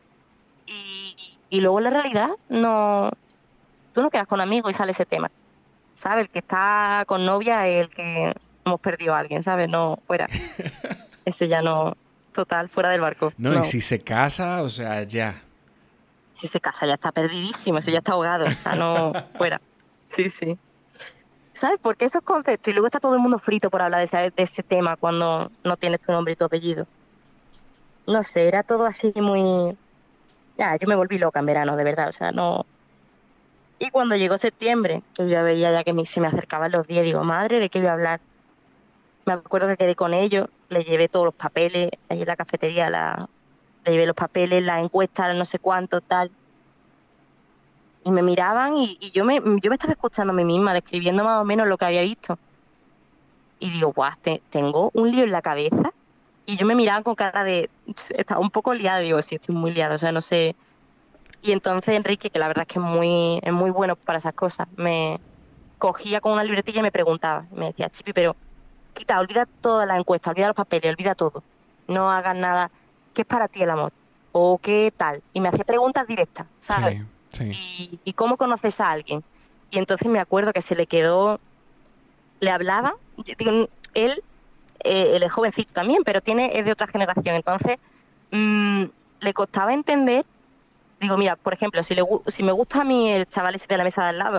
y luego en la realidad no. Tú no quedas con amigos y sale ese tema. ¿Sabes? El que está con novia es el que hemos perdido a alguien, ¿sabes? No, fuera. Ese ya no. Total, fuera del barco. No, y No. si se casa, o sea, ya. Si se casa ya está perdidísimo, ese ya está ahogado, o sea, no, fuera. Sí, sí. ¿Sabes? Porque esos conceptos, y luego está todo el mundo frito por hablar de ese tema cuando no tienes tu nombre y tu apellido. No sé, era todo así muy... Ya, yo me volví loca en verano, de verdad, o sea, no... Y cuando llegó septiembre, que yo ya veía ya que se me acercaban los días, digo, madre, ¿de qué voy a hablar? Me acuerdo que quedé con ellos, le llevé todos los papeles, ahí en la cafetería, le llevé los papeles, las encuestas, no sé cuánto, tal. Y me miraban y yo me estaba escuchando a mí misma, describiendo más o menos lo que había visto. Y digo, guau, tengo un lío en la cabeza. Y yo me miraba con cara de, estaba un poco liada, digo, sí, estoy muy liada, o sea, no sé. Y entonces Enrique, que la verdad es que es muy bueno para esas cosas, me cogía con una libretilla y me preguntaba. Me decía, Chipi, pero olvida toda la encuesta, olvida los papeles, olvida todo. No hagas nada. ¿Qué es para ti el amor? ¿O qué tal? Y me hacía preguntas directas, ¿sabes? Sí, sí. ¿Y cómo conoces a alguien? Y entonces me acuerdo que se le quedó, le hablaba, digo, él es jovencito también, pero es de otra generación, entonces mm, le costaba entender, digo, mira, por ejemplo, si me gusta a mí el chaval ese de la mesa de al lado,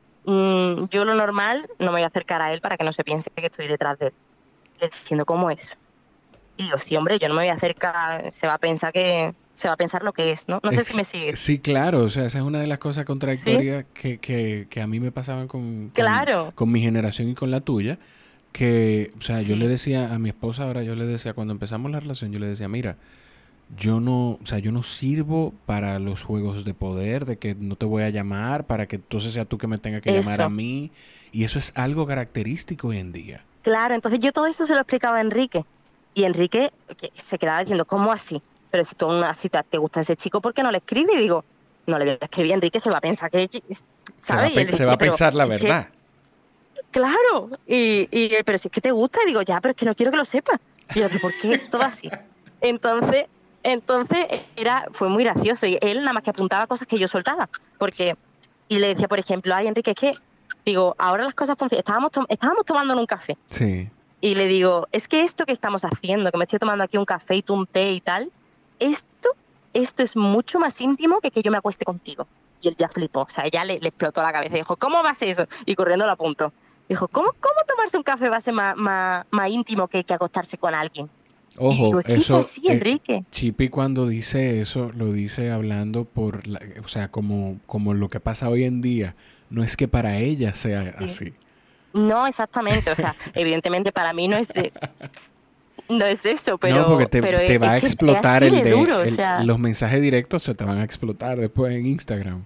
yo lo normal no me voy a acercar a él para que no se piense que estoy detrás de él, diciendo cómo es. Y digo, sí, hombre, yo no me voy a acercar, se va a pensar lo que es, ¿no? No sé si me sigues. Sí, claro, o sea, esa es una de las cosas Sí, contradictorias que a mí me pasaban claro, con mi generación y con la tuya, que, o sea, yo le sí, decía a mi esposa ahora, yo le decía, cuando empezamos la relación, yo le decía, mira, yo no, o sea, yo no sirvo para los juegos de poder, de que no te voy a llamar, para que entonces sea tú que me tenga que llamar a eso. mí, y eso es algo característico hoy en día. Claro, entonces yo todo eso se lo explicaba a Enrique. Y Enrique que se quedaba diciendo, ¿cómo así? Pero si tú aún así te gusta ese chico, ¿por qué no le escribes? Y digo, no le voy a escribir a Enrique, se va a pensar que, ¿sabes? Y él Se va a decía, pero pensar la si es que, verdad. claro, pero si es que te gusta, y digo, ya, pero es que no quiero que lo sepas. Y yo, ¿por qué todo así? Entonces, entonces fue muy gracioso. Y él nada más que apuntaba cosas que yo soltaba. Y le decía, por ejemplo, ay, Enrique, es que, digo, ahora las cosas funcionan. Estábamos tomando en un café. Sí. Y le digo, es que esto que estamos haciendo, que me estoy tomando aquí un café y tú un té y tal, esto es mucho más íntimo que yo me acueste contigo. Y él ya flipó, o sea, ya le explotó la cabeza. Dijo, ¿cómo va a ser eso? Y corriendo lo apuntó. Dijo, ¿cómo tomarse un café va a ser más íntimo que acostarse con alguien? Y Ojo, digo, es que es eso, así, Enrique. Chipi cuando dice eso, lo dice hablando o sea, como lo que pasa hoy en día. No es que para ella sea Sí. así. No, exactamente, o sea, evidentemente para mí no es eso, No, porque pero te va es a que es explotar así de duro, o sea, los mensajes directos se te van a explotar después en Instagram.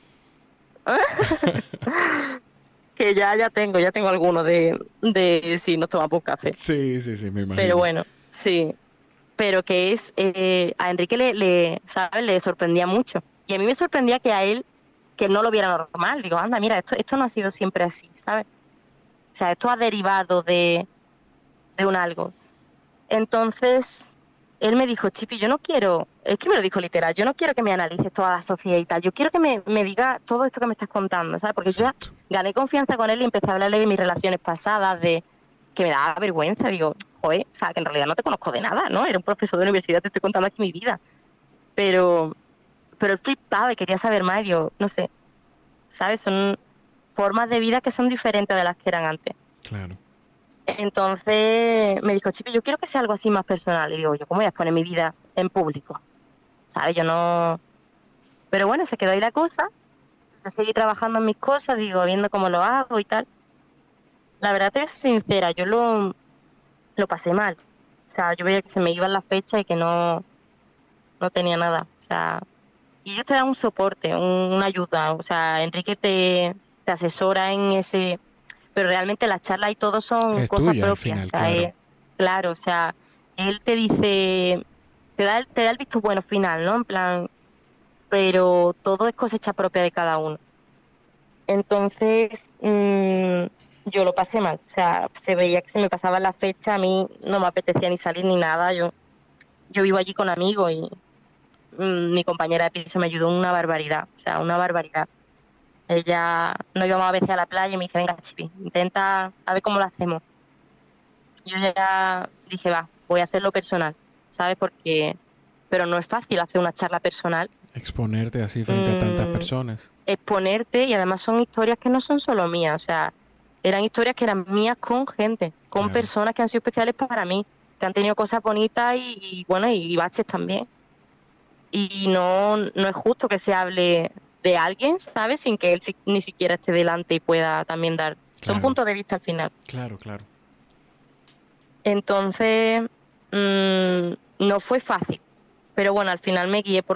que ya tengo algunos de si nos tomamos un café. Sí, sí, sí, me Pero imagino. bueno, sí, pero que a Enrique ¿sabes? Le sorprendía mucho. Y a mí me sorprendía que él no lo viera normal. Digo, anda, mira, esto no ha sido siempre así, ¿sabes? O sea, esto ha derivado de un algo. Entonces, él me dijo, Chipi, yo no quiero, es que me lo dijo literal, yo no quiero que me analices toda la sociedad y tal, yo quiero que me diga todo esto que me estás contando, ¿sabes? Porque yo ya Exacto. gané confianza con él y empecé a hablarle de mis relaciones pasadas, de que me daba vergüenza, digo, joder, o sea, que en realidad no te conozco de nada, ¿no? Era un profesor de universidad, te estoy contando aquí mi vida. Pero, pero él flipaba y quería saber más, y digo, no sé, ¿sabes? Son formas de vida que son diferentes de las que eran antes. Claro. Entonces me dijo, Chipi, yo quiero que sea algo así más personal. Y digo, ¿yo cómo voy a poner mi vida en público? ¿Sabes? Yo no... Pero bueno, se quedó ahí la cosa. Seguí trabajando en mis cosas, digo, viendo cómo lo hago y tal. La verdad te soy sincera, yo lo pasé mal. O sea, yo veía que se me iban las fechas y que no tenía nada. O sea, y ellos te dan un soporte, una ayuda. O sea, Enrique te asesora en ese... Pero realmente las charlas y todo son Es cosas tuya al propias. O final, sea, claro. claro, o sea, él te dice, te da el visto bueno final, ¿no? En plan, pero todo es cosecha propia de cada uno. Entonces, yo lo pasé mal. O sea, se veía que se me pasaba la fecha, a mí no me apetecía ni salir ni nada. Yo vivo allí con amigos y mi compañera de piso me ayudó una barbaridad. O sea, una barbaridad. Ella no íbamos a veces a la playa y me dice, venga, Chipi, intenta a ver cómo lo hacemos. Yo ya dije, va, voy a hacerlo personal, ¿sabes? Pero no es fácil hacer una charla personal, Exponerte así frente a tantas mm, personas. exponerte, y además son historias que no son solo mías, o sea, eran historias que eran mías con gente, con Claro. personas que han sido especiales para mí, que han tenido cosas bonitas y bueno, y baches también. Y no es justo que se hable de alguien, ¿sabes? Sin que él ni siquiera esté delante y pueda también dar. Son Claro. puntos de vista al final. Claro, claro. Entonces, no fue fácil, pero bueno, al final me guié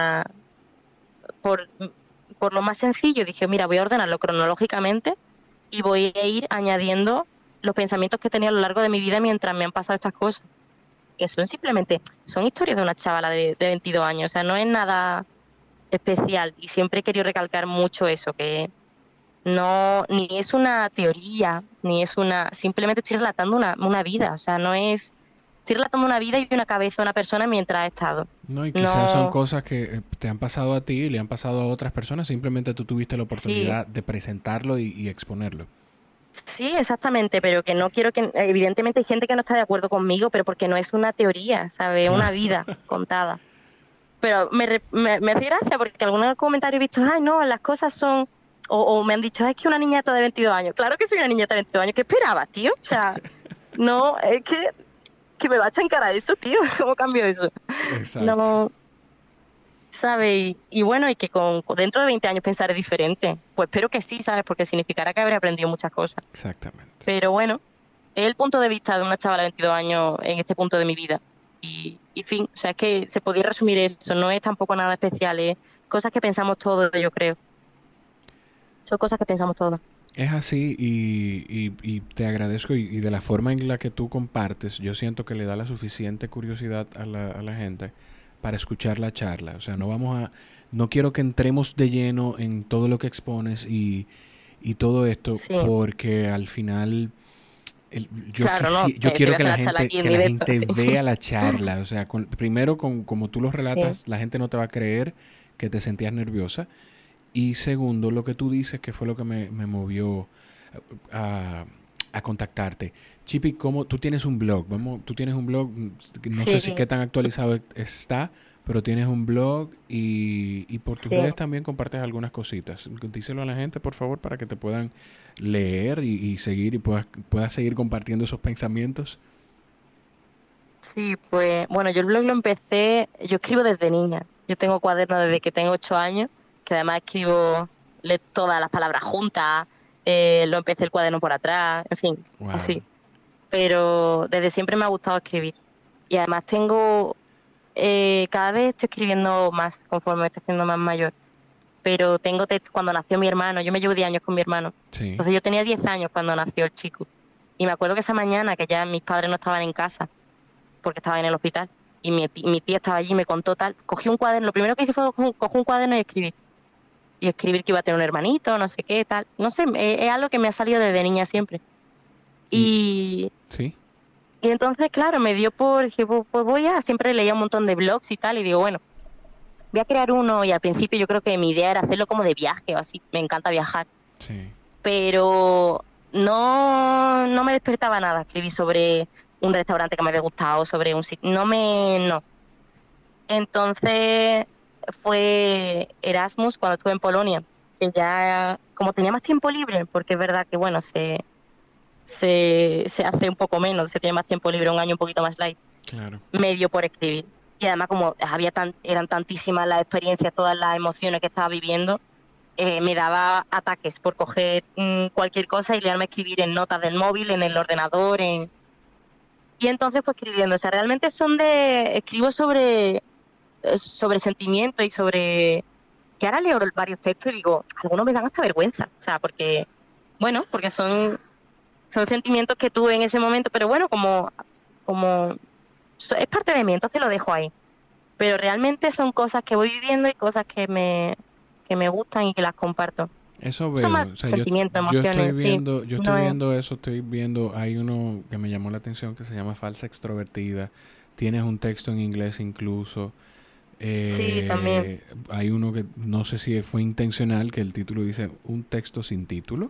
por, por lo más sencillo. Dije, mira, voy a ordenarlo cronológicamente y voy a ir añadiendo los pensamientos que he tenido a lo largo de mi vida mientras me han pasado estas cosas. Que son historias de una chavala de 22 años, o sea, no es nada especial. Y siempre he querido recalcar mucho eso, que no, ni es una teoría, ni es simplemente estoy relatando una vida, o sea, estoy relatando una vida y una cabeza de una persona mientras ha estado. No, y quizás son No, cosas que te han pasado a ti y le han pasado a otras personas. Simplemente tú tuviste la sí, oportunidad de presentarlo y exponerlo. sí, exactamente, pero que no quiero evidentemente hay gente que no está de acuerdo conmigo, pero porque no es una teoría, ¿sabes? Es Claro. una vida contada. Pero me hace gracia porque algunos comentarios he visto, ay, no, las cosas son, o me han dicho, es que una niñata de 22 años. Claro que soy una niñata de 22 años, ¿qué esperabas, tío? O sea, no, es que me va a echar en cara eso, tío. ¿Cómo cambio eso? Exacto. No, ¿sabes? Y bueno, y que dentro de 20 años pensaré diferente. Pues espero que sí, ¿sabes? Porque significará que habré aprendido muchas cosas. Exactamente. Pero bueno, es el punto de vista de una chavala de 22 años en este punto de mi vida. Y fin, o sea, es que se podría resumir eso, no es tampoco nada especial, es cosas que pensamos todos, yo creo. Son cosas que pensamos todos. Es así y te agradezco y de la forma en la que tú compartes, yo siento que le da la suficiente curiosidad a la gente para escuchar la charla. O sea, no quiero que entremos de lleno en todo lo que expones y todo esto, Sí, porque al final claro, no, yo quiero estoy haciendo la charla aquí en que la directo, gente sí. vea la charla. O sea, primero, como tú los Sí, relatas, la gente no te va a creer que te sentías nerviosa. Y segundo, lo que tú dices, que fue lo que me movió a, a contactarte. Chipi, ¿cómo tú tienes un blog? Tú tienes un blog, no sé si sí, qué tan actualizado está, pero tienes un blog y por tus sí. redes también compartes algunas cositas. Díselo a la gente, por favor, para que te puedan leer y seguir y puedas seguir compartiendo esos pensamientos. Sí, pues bueno, yo el blog lo empecé, yo escribo desde niña. Yo tengo cuadernos desde que tengo 8 años, que además escribo todas las palabras juntas, lo empecé el cuaderno por atrás, en fin, Wow. así. Pero desde siempre me ha gustado escribir. Y además cada vez estoy escribiendo más conforme estoy haciendo más mayor. Pero tengo textos cuando nació mi hermano, yo me llevo 10 años con mi hermano. Sí. Entonces yo tenía 10 años cuando nació el chico. Y me acuerdo que esa mañana, que ya mis padres no estaban en casa, porque estaba en el hospital, y mi tía estaba allí y me contó tal, cogí un cuaderno, lo primero que hice fue coger un cuaderno y escribir. Y escribir que iba a tener un hermanito, no sé qué, tal. No sé, es algo que me ha salido desde niña siempre. Y Y, sí. y entonces, claro, dije, pues siempre leía un montón de blogs y tal, y digo, bueno, voy a crear uno, y al principio yo creo que mi idea era hacerlo como de viaje o así, me encanta viajar, Sí. pero no me despertaba nada, escribí sobre un restaurante que me había gustado, sobre un sitio, no. Entonces fue Erasmus cuando estuve en Polonia, que ya, como tenía más tiempo libre, porque es verdad que, bueno, se hace un poco menos, se tiene más tiempo libre, un año un poquito más light, Claro. me dio por escribir. Y además, como eran tantísimas las experiencias, todas las emociones que estaba viviendo, me daba ataques por coger cualquier cosa y leerme a escribir en notas del móvil, en el ordenador. Y entonces fue escribiendo. O sea, realmente escribo sobre sentimientos y sobre... Que ahora leo varios textos y digo, algunos me dan hasta vergüenza. O sea, porque son sentimientos que tuve en ese momento, pero bueno, es parte de mí, entonces lo dejo ahí. Pero realmente son cosas que voy viviendo y cosas que me gustan y que las comparto. Eso Son más veo, o sea, sentimientos, emociones, sí. yo estoy No es... viendo eso, estoy viendo, hay uno que me llamó la atención que se llama Falsa Extrovertida, tienes un texto en inglés incluso, Sí, también. hay uno que no sé si fue intencional, que el título dice un texto sin título,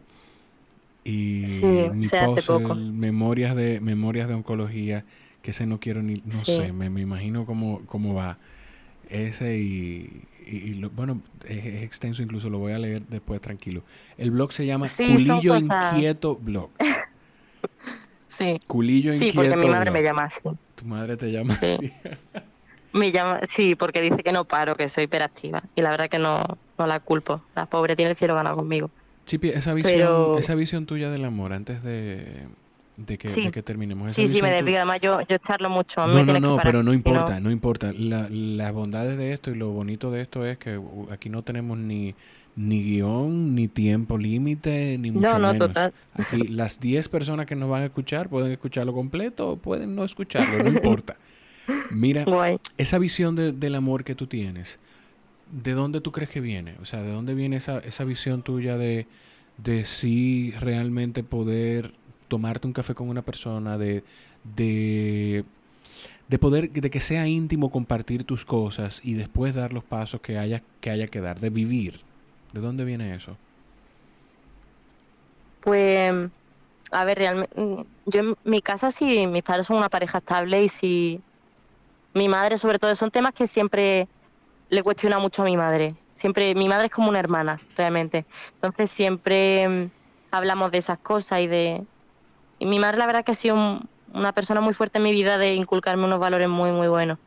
y Sí, mi se hace puzzle, poco. memorias de oncología, que ese no quiero ni, no sé, Sí. me imagino cómo va. Ese bueno, es extenso, incluso lo voy a leer después tranquilo. El blog se llama Sí, son Culillo cosas... Inquieto Blog. Sí, Culillo sí, porque mi Inquieto madre me Blog. llama así. Tu madre te llama Sí. así. Me llama, sí, porque dice que no paro, que soy hiperactiva. Y la verdad que no la culpo. La pobre tiene el cielo ganado conmigo. Chipi, Pero esa visión tuya del amor, antes de sí, que terminemos, esa sí, me visión tuya. desvío. Además, yo charlo mucho. A mí me tienes que No, parar. pero no Si no, importa, no importa. Las bondades de esto y lo bonito de esto es que aquí no tenemos ni guión, ni tiempo límite, ni mucho no, menos. total. Aquí las 10 personas que nos van a escuchar pueden escucharlo completo o pueden no escucharlo, no importa. Mira, Guay. esa visión del amor que tú tienes, ¿de dónde tú crees que viene? O sea, ¿de dónde viene esa visión tuya de sí realmente poder tomarte un café con una persona, de poder, de que sea íntimo compartir tus cosas y después dar los pasos que haya que dar, de vivir? ¿De dónde viene eso? Pues, a ver, realmente, yo en mi casa sí, mis padres son una pareja estable y sí, mi madre sobre todo, son temas que siempre le cuestiona mucho a mi madre. Siempre, mi madre es como una hermana, realmente. Entonces siempre hablamos de esas cosas y mi madre la verdad que ha sido una persona muy fuerte en mi vida de inculcarme unos valores muy, muy buenos.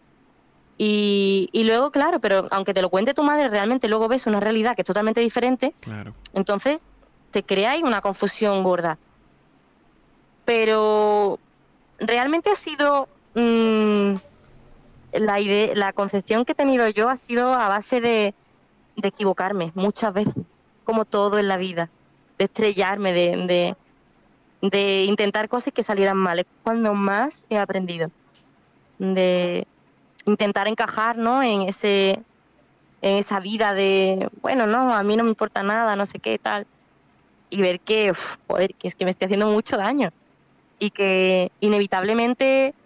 Y luego, claro, pero aunque te lo cuente tu madre, realmente luego ves una realidad que es totalmente diferente, Claro. entonces te crea ahí una confusión gorda. Pero realmente ha sido la concepción que he tenido yo ha sido a base de equivocarme muchas veces, como todo en la vida. estrellarme, de intentar cosas que salieran mal. Es cuando más he aprendido. De intentar encajar, ¿no? En esa vida de, bueno, no, a mí no me importa nada, no sé qué, tal. Y ver que, joder, que es que me estoy haciendo mucho daño. Y que inevitablemente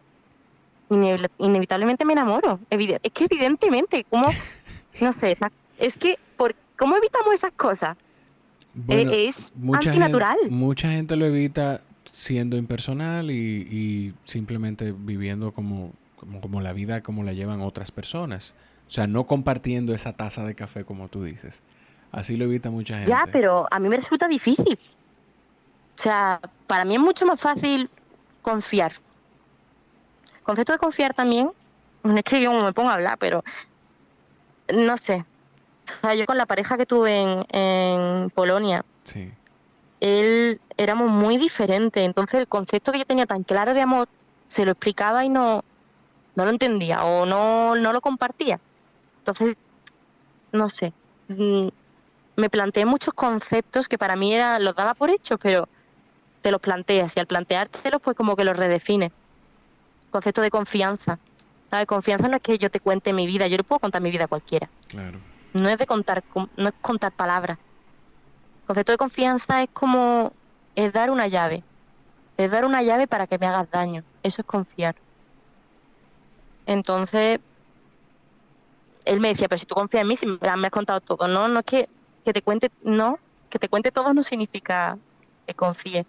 me enamoro. Es que evidentemente, ¿cómo? No sé, es que, ¿cómo evitamos esas cosas? Bueno, Es antinatural. Mucha gente lo evita siendo impersonal y simplemente viviendo como la vida como la llevan otras personas. O sea, no compartiendo esa taza de café como tú dices. Así lo evita mucha gente. Ya, pero a mí me resulta difícil. O sea, para mí es mucho más fácil confiar. El concepto de confiar también, es que yo me pongo a hablar, pero no sé. O sea, yo con la pareja que tuve en Polonia, Sí. Éramos muy diferentes. Entonces el concepto que yo tenía tan claro de amor, se lo explicaba y no lo entendía o no lo compartía. Entonces, no sé. Me planteé muchos conceptos que para mí los daba por hechos, pero te los planteas y al planteártelos pues como que los redefines. Concepto de confianza. ¿Sabes? Confianza no es que yo te cuente mi vida, yo le puedo contar mi vida a cualquiera. Claro. No es contar palabras. Concepto de confianza es dar una llave. Es dar una llave para que me hagas daño. Eso es confiar. Entonces, él me decía, pero si tú confías en mí, si me has contado todo. No es que te cuente, no, que te cuente todo no significa que confíe.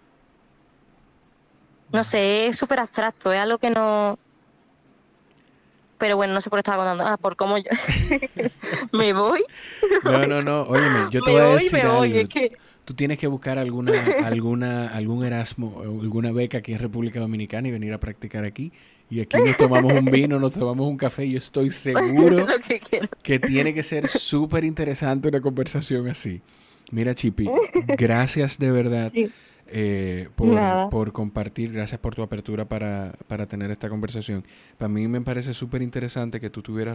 No sé, es súper abstracto, es algo que no... Pero bueno, no sé por qué estaba contando. Por cómo yo... ¿Me voy? No. Óyeme, yo te voy a decir algo. Es que... Tú tienes que buscar algún Erasmus, alguna beca aquí en República Dominicana y venir a practicar aquí. Y aquí nos tomamos un vino, nos tomamos un café. Y yo estoy seguro que tiene que ser súper interesante una conversación así. Mira, Chipi, gracias de verdad por compartir. Gracias por tu apertura para tener esta conversación. Para mí me parece súper interesante que tú tuvieras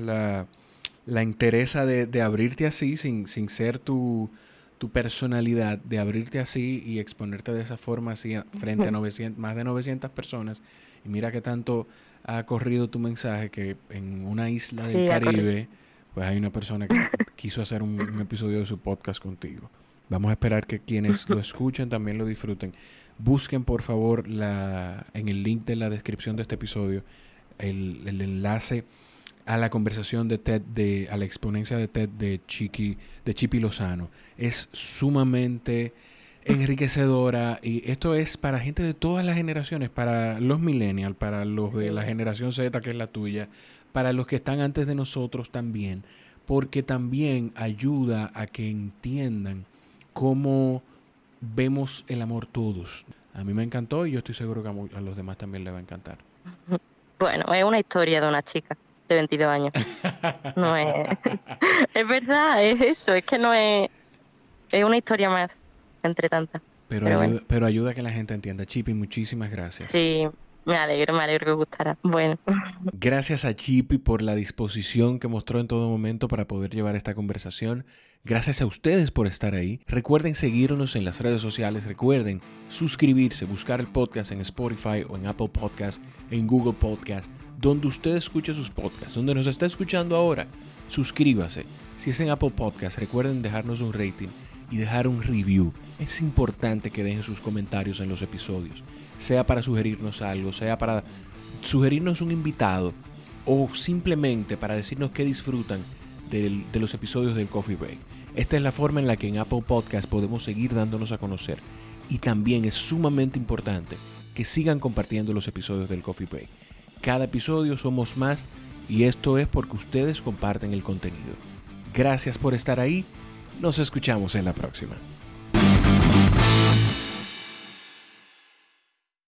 la interesa de abrirte así, sin ser tu personalidad, de abrirte así y exponerte de esa forma así frente a más de 900 personas. Y mira que tanto ha corrido tu mensaje que en una isla del Caribe, pues hay una persona que quiso hacer un episodio de su podcast contigo. Vamos a esperar que quienes lo escuchen también lo disfruten. Busquen por favor en el link de la descripción de este episodio el enlace a la conversación de TED, a la exponencia de TED de Chipi Lozano. Es sumamente enriquecedora y esto es para gente de todas las generaciones, para los millennials, para los de la generación Z, que es la tuya, para los que están antes de nosotros también, porque también ayuda a que entiendan cómo vemos el amor todos. A mí me encantó y yo estoy seguro que a los demás también les va a encantar. Bueno, es una historia de una chica de 22 años. No es... Es verdad, es eso. Es que no es... Es una historia más entre tantas. Pero ayuda a que la gente entienda. Chipi, muchísimas gracias. Sí, me alegro que os gustara. Bueno. Gracias a Chipi por la disposición que mostró en todo momento para poder llevar esta conversación. Gracias a ustedes por estar ahí. Recuerden seguirnos en las redes sociales. Recuerden suscribirse, buscar el podcast en Spotify o en Apple Podcast, en Google Podcast, donde usted escuche sus podcasts, donde nos está escuchando ahora. Suscríbase. Si es en Apple Podcast, recuerden dejarnos un rating y dejar un review. Es importante que dejen sus comentarios en los episodios, sea para sugerirnos algo, sea para sugerirnos un invitado o simplemente para decirnos qué disfrutan de los episodios del Coffee Break. Esta es la forma en la que en Apple Podcast podemos seguir dándonos a conocer y también es sumamente importante que sigan compartiendo los episodios del Coffee Break. Cada episodio somos más y esto es porque ustedes comparten el contenido. Gracias por estar ahí. Nos escuchamos en la próxima.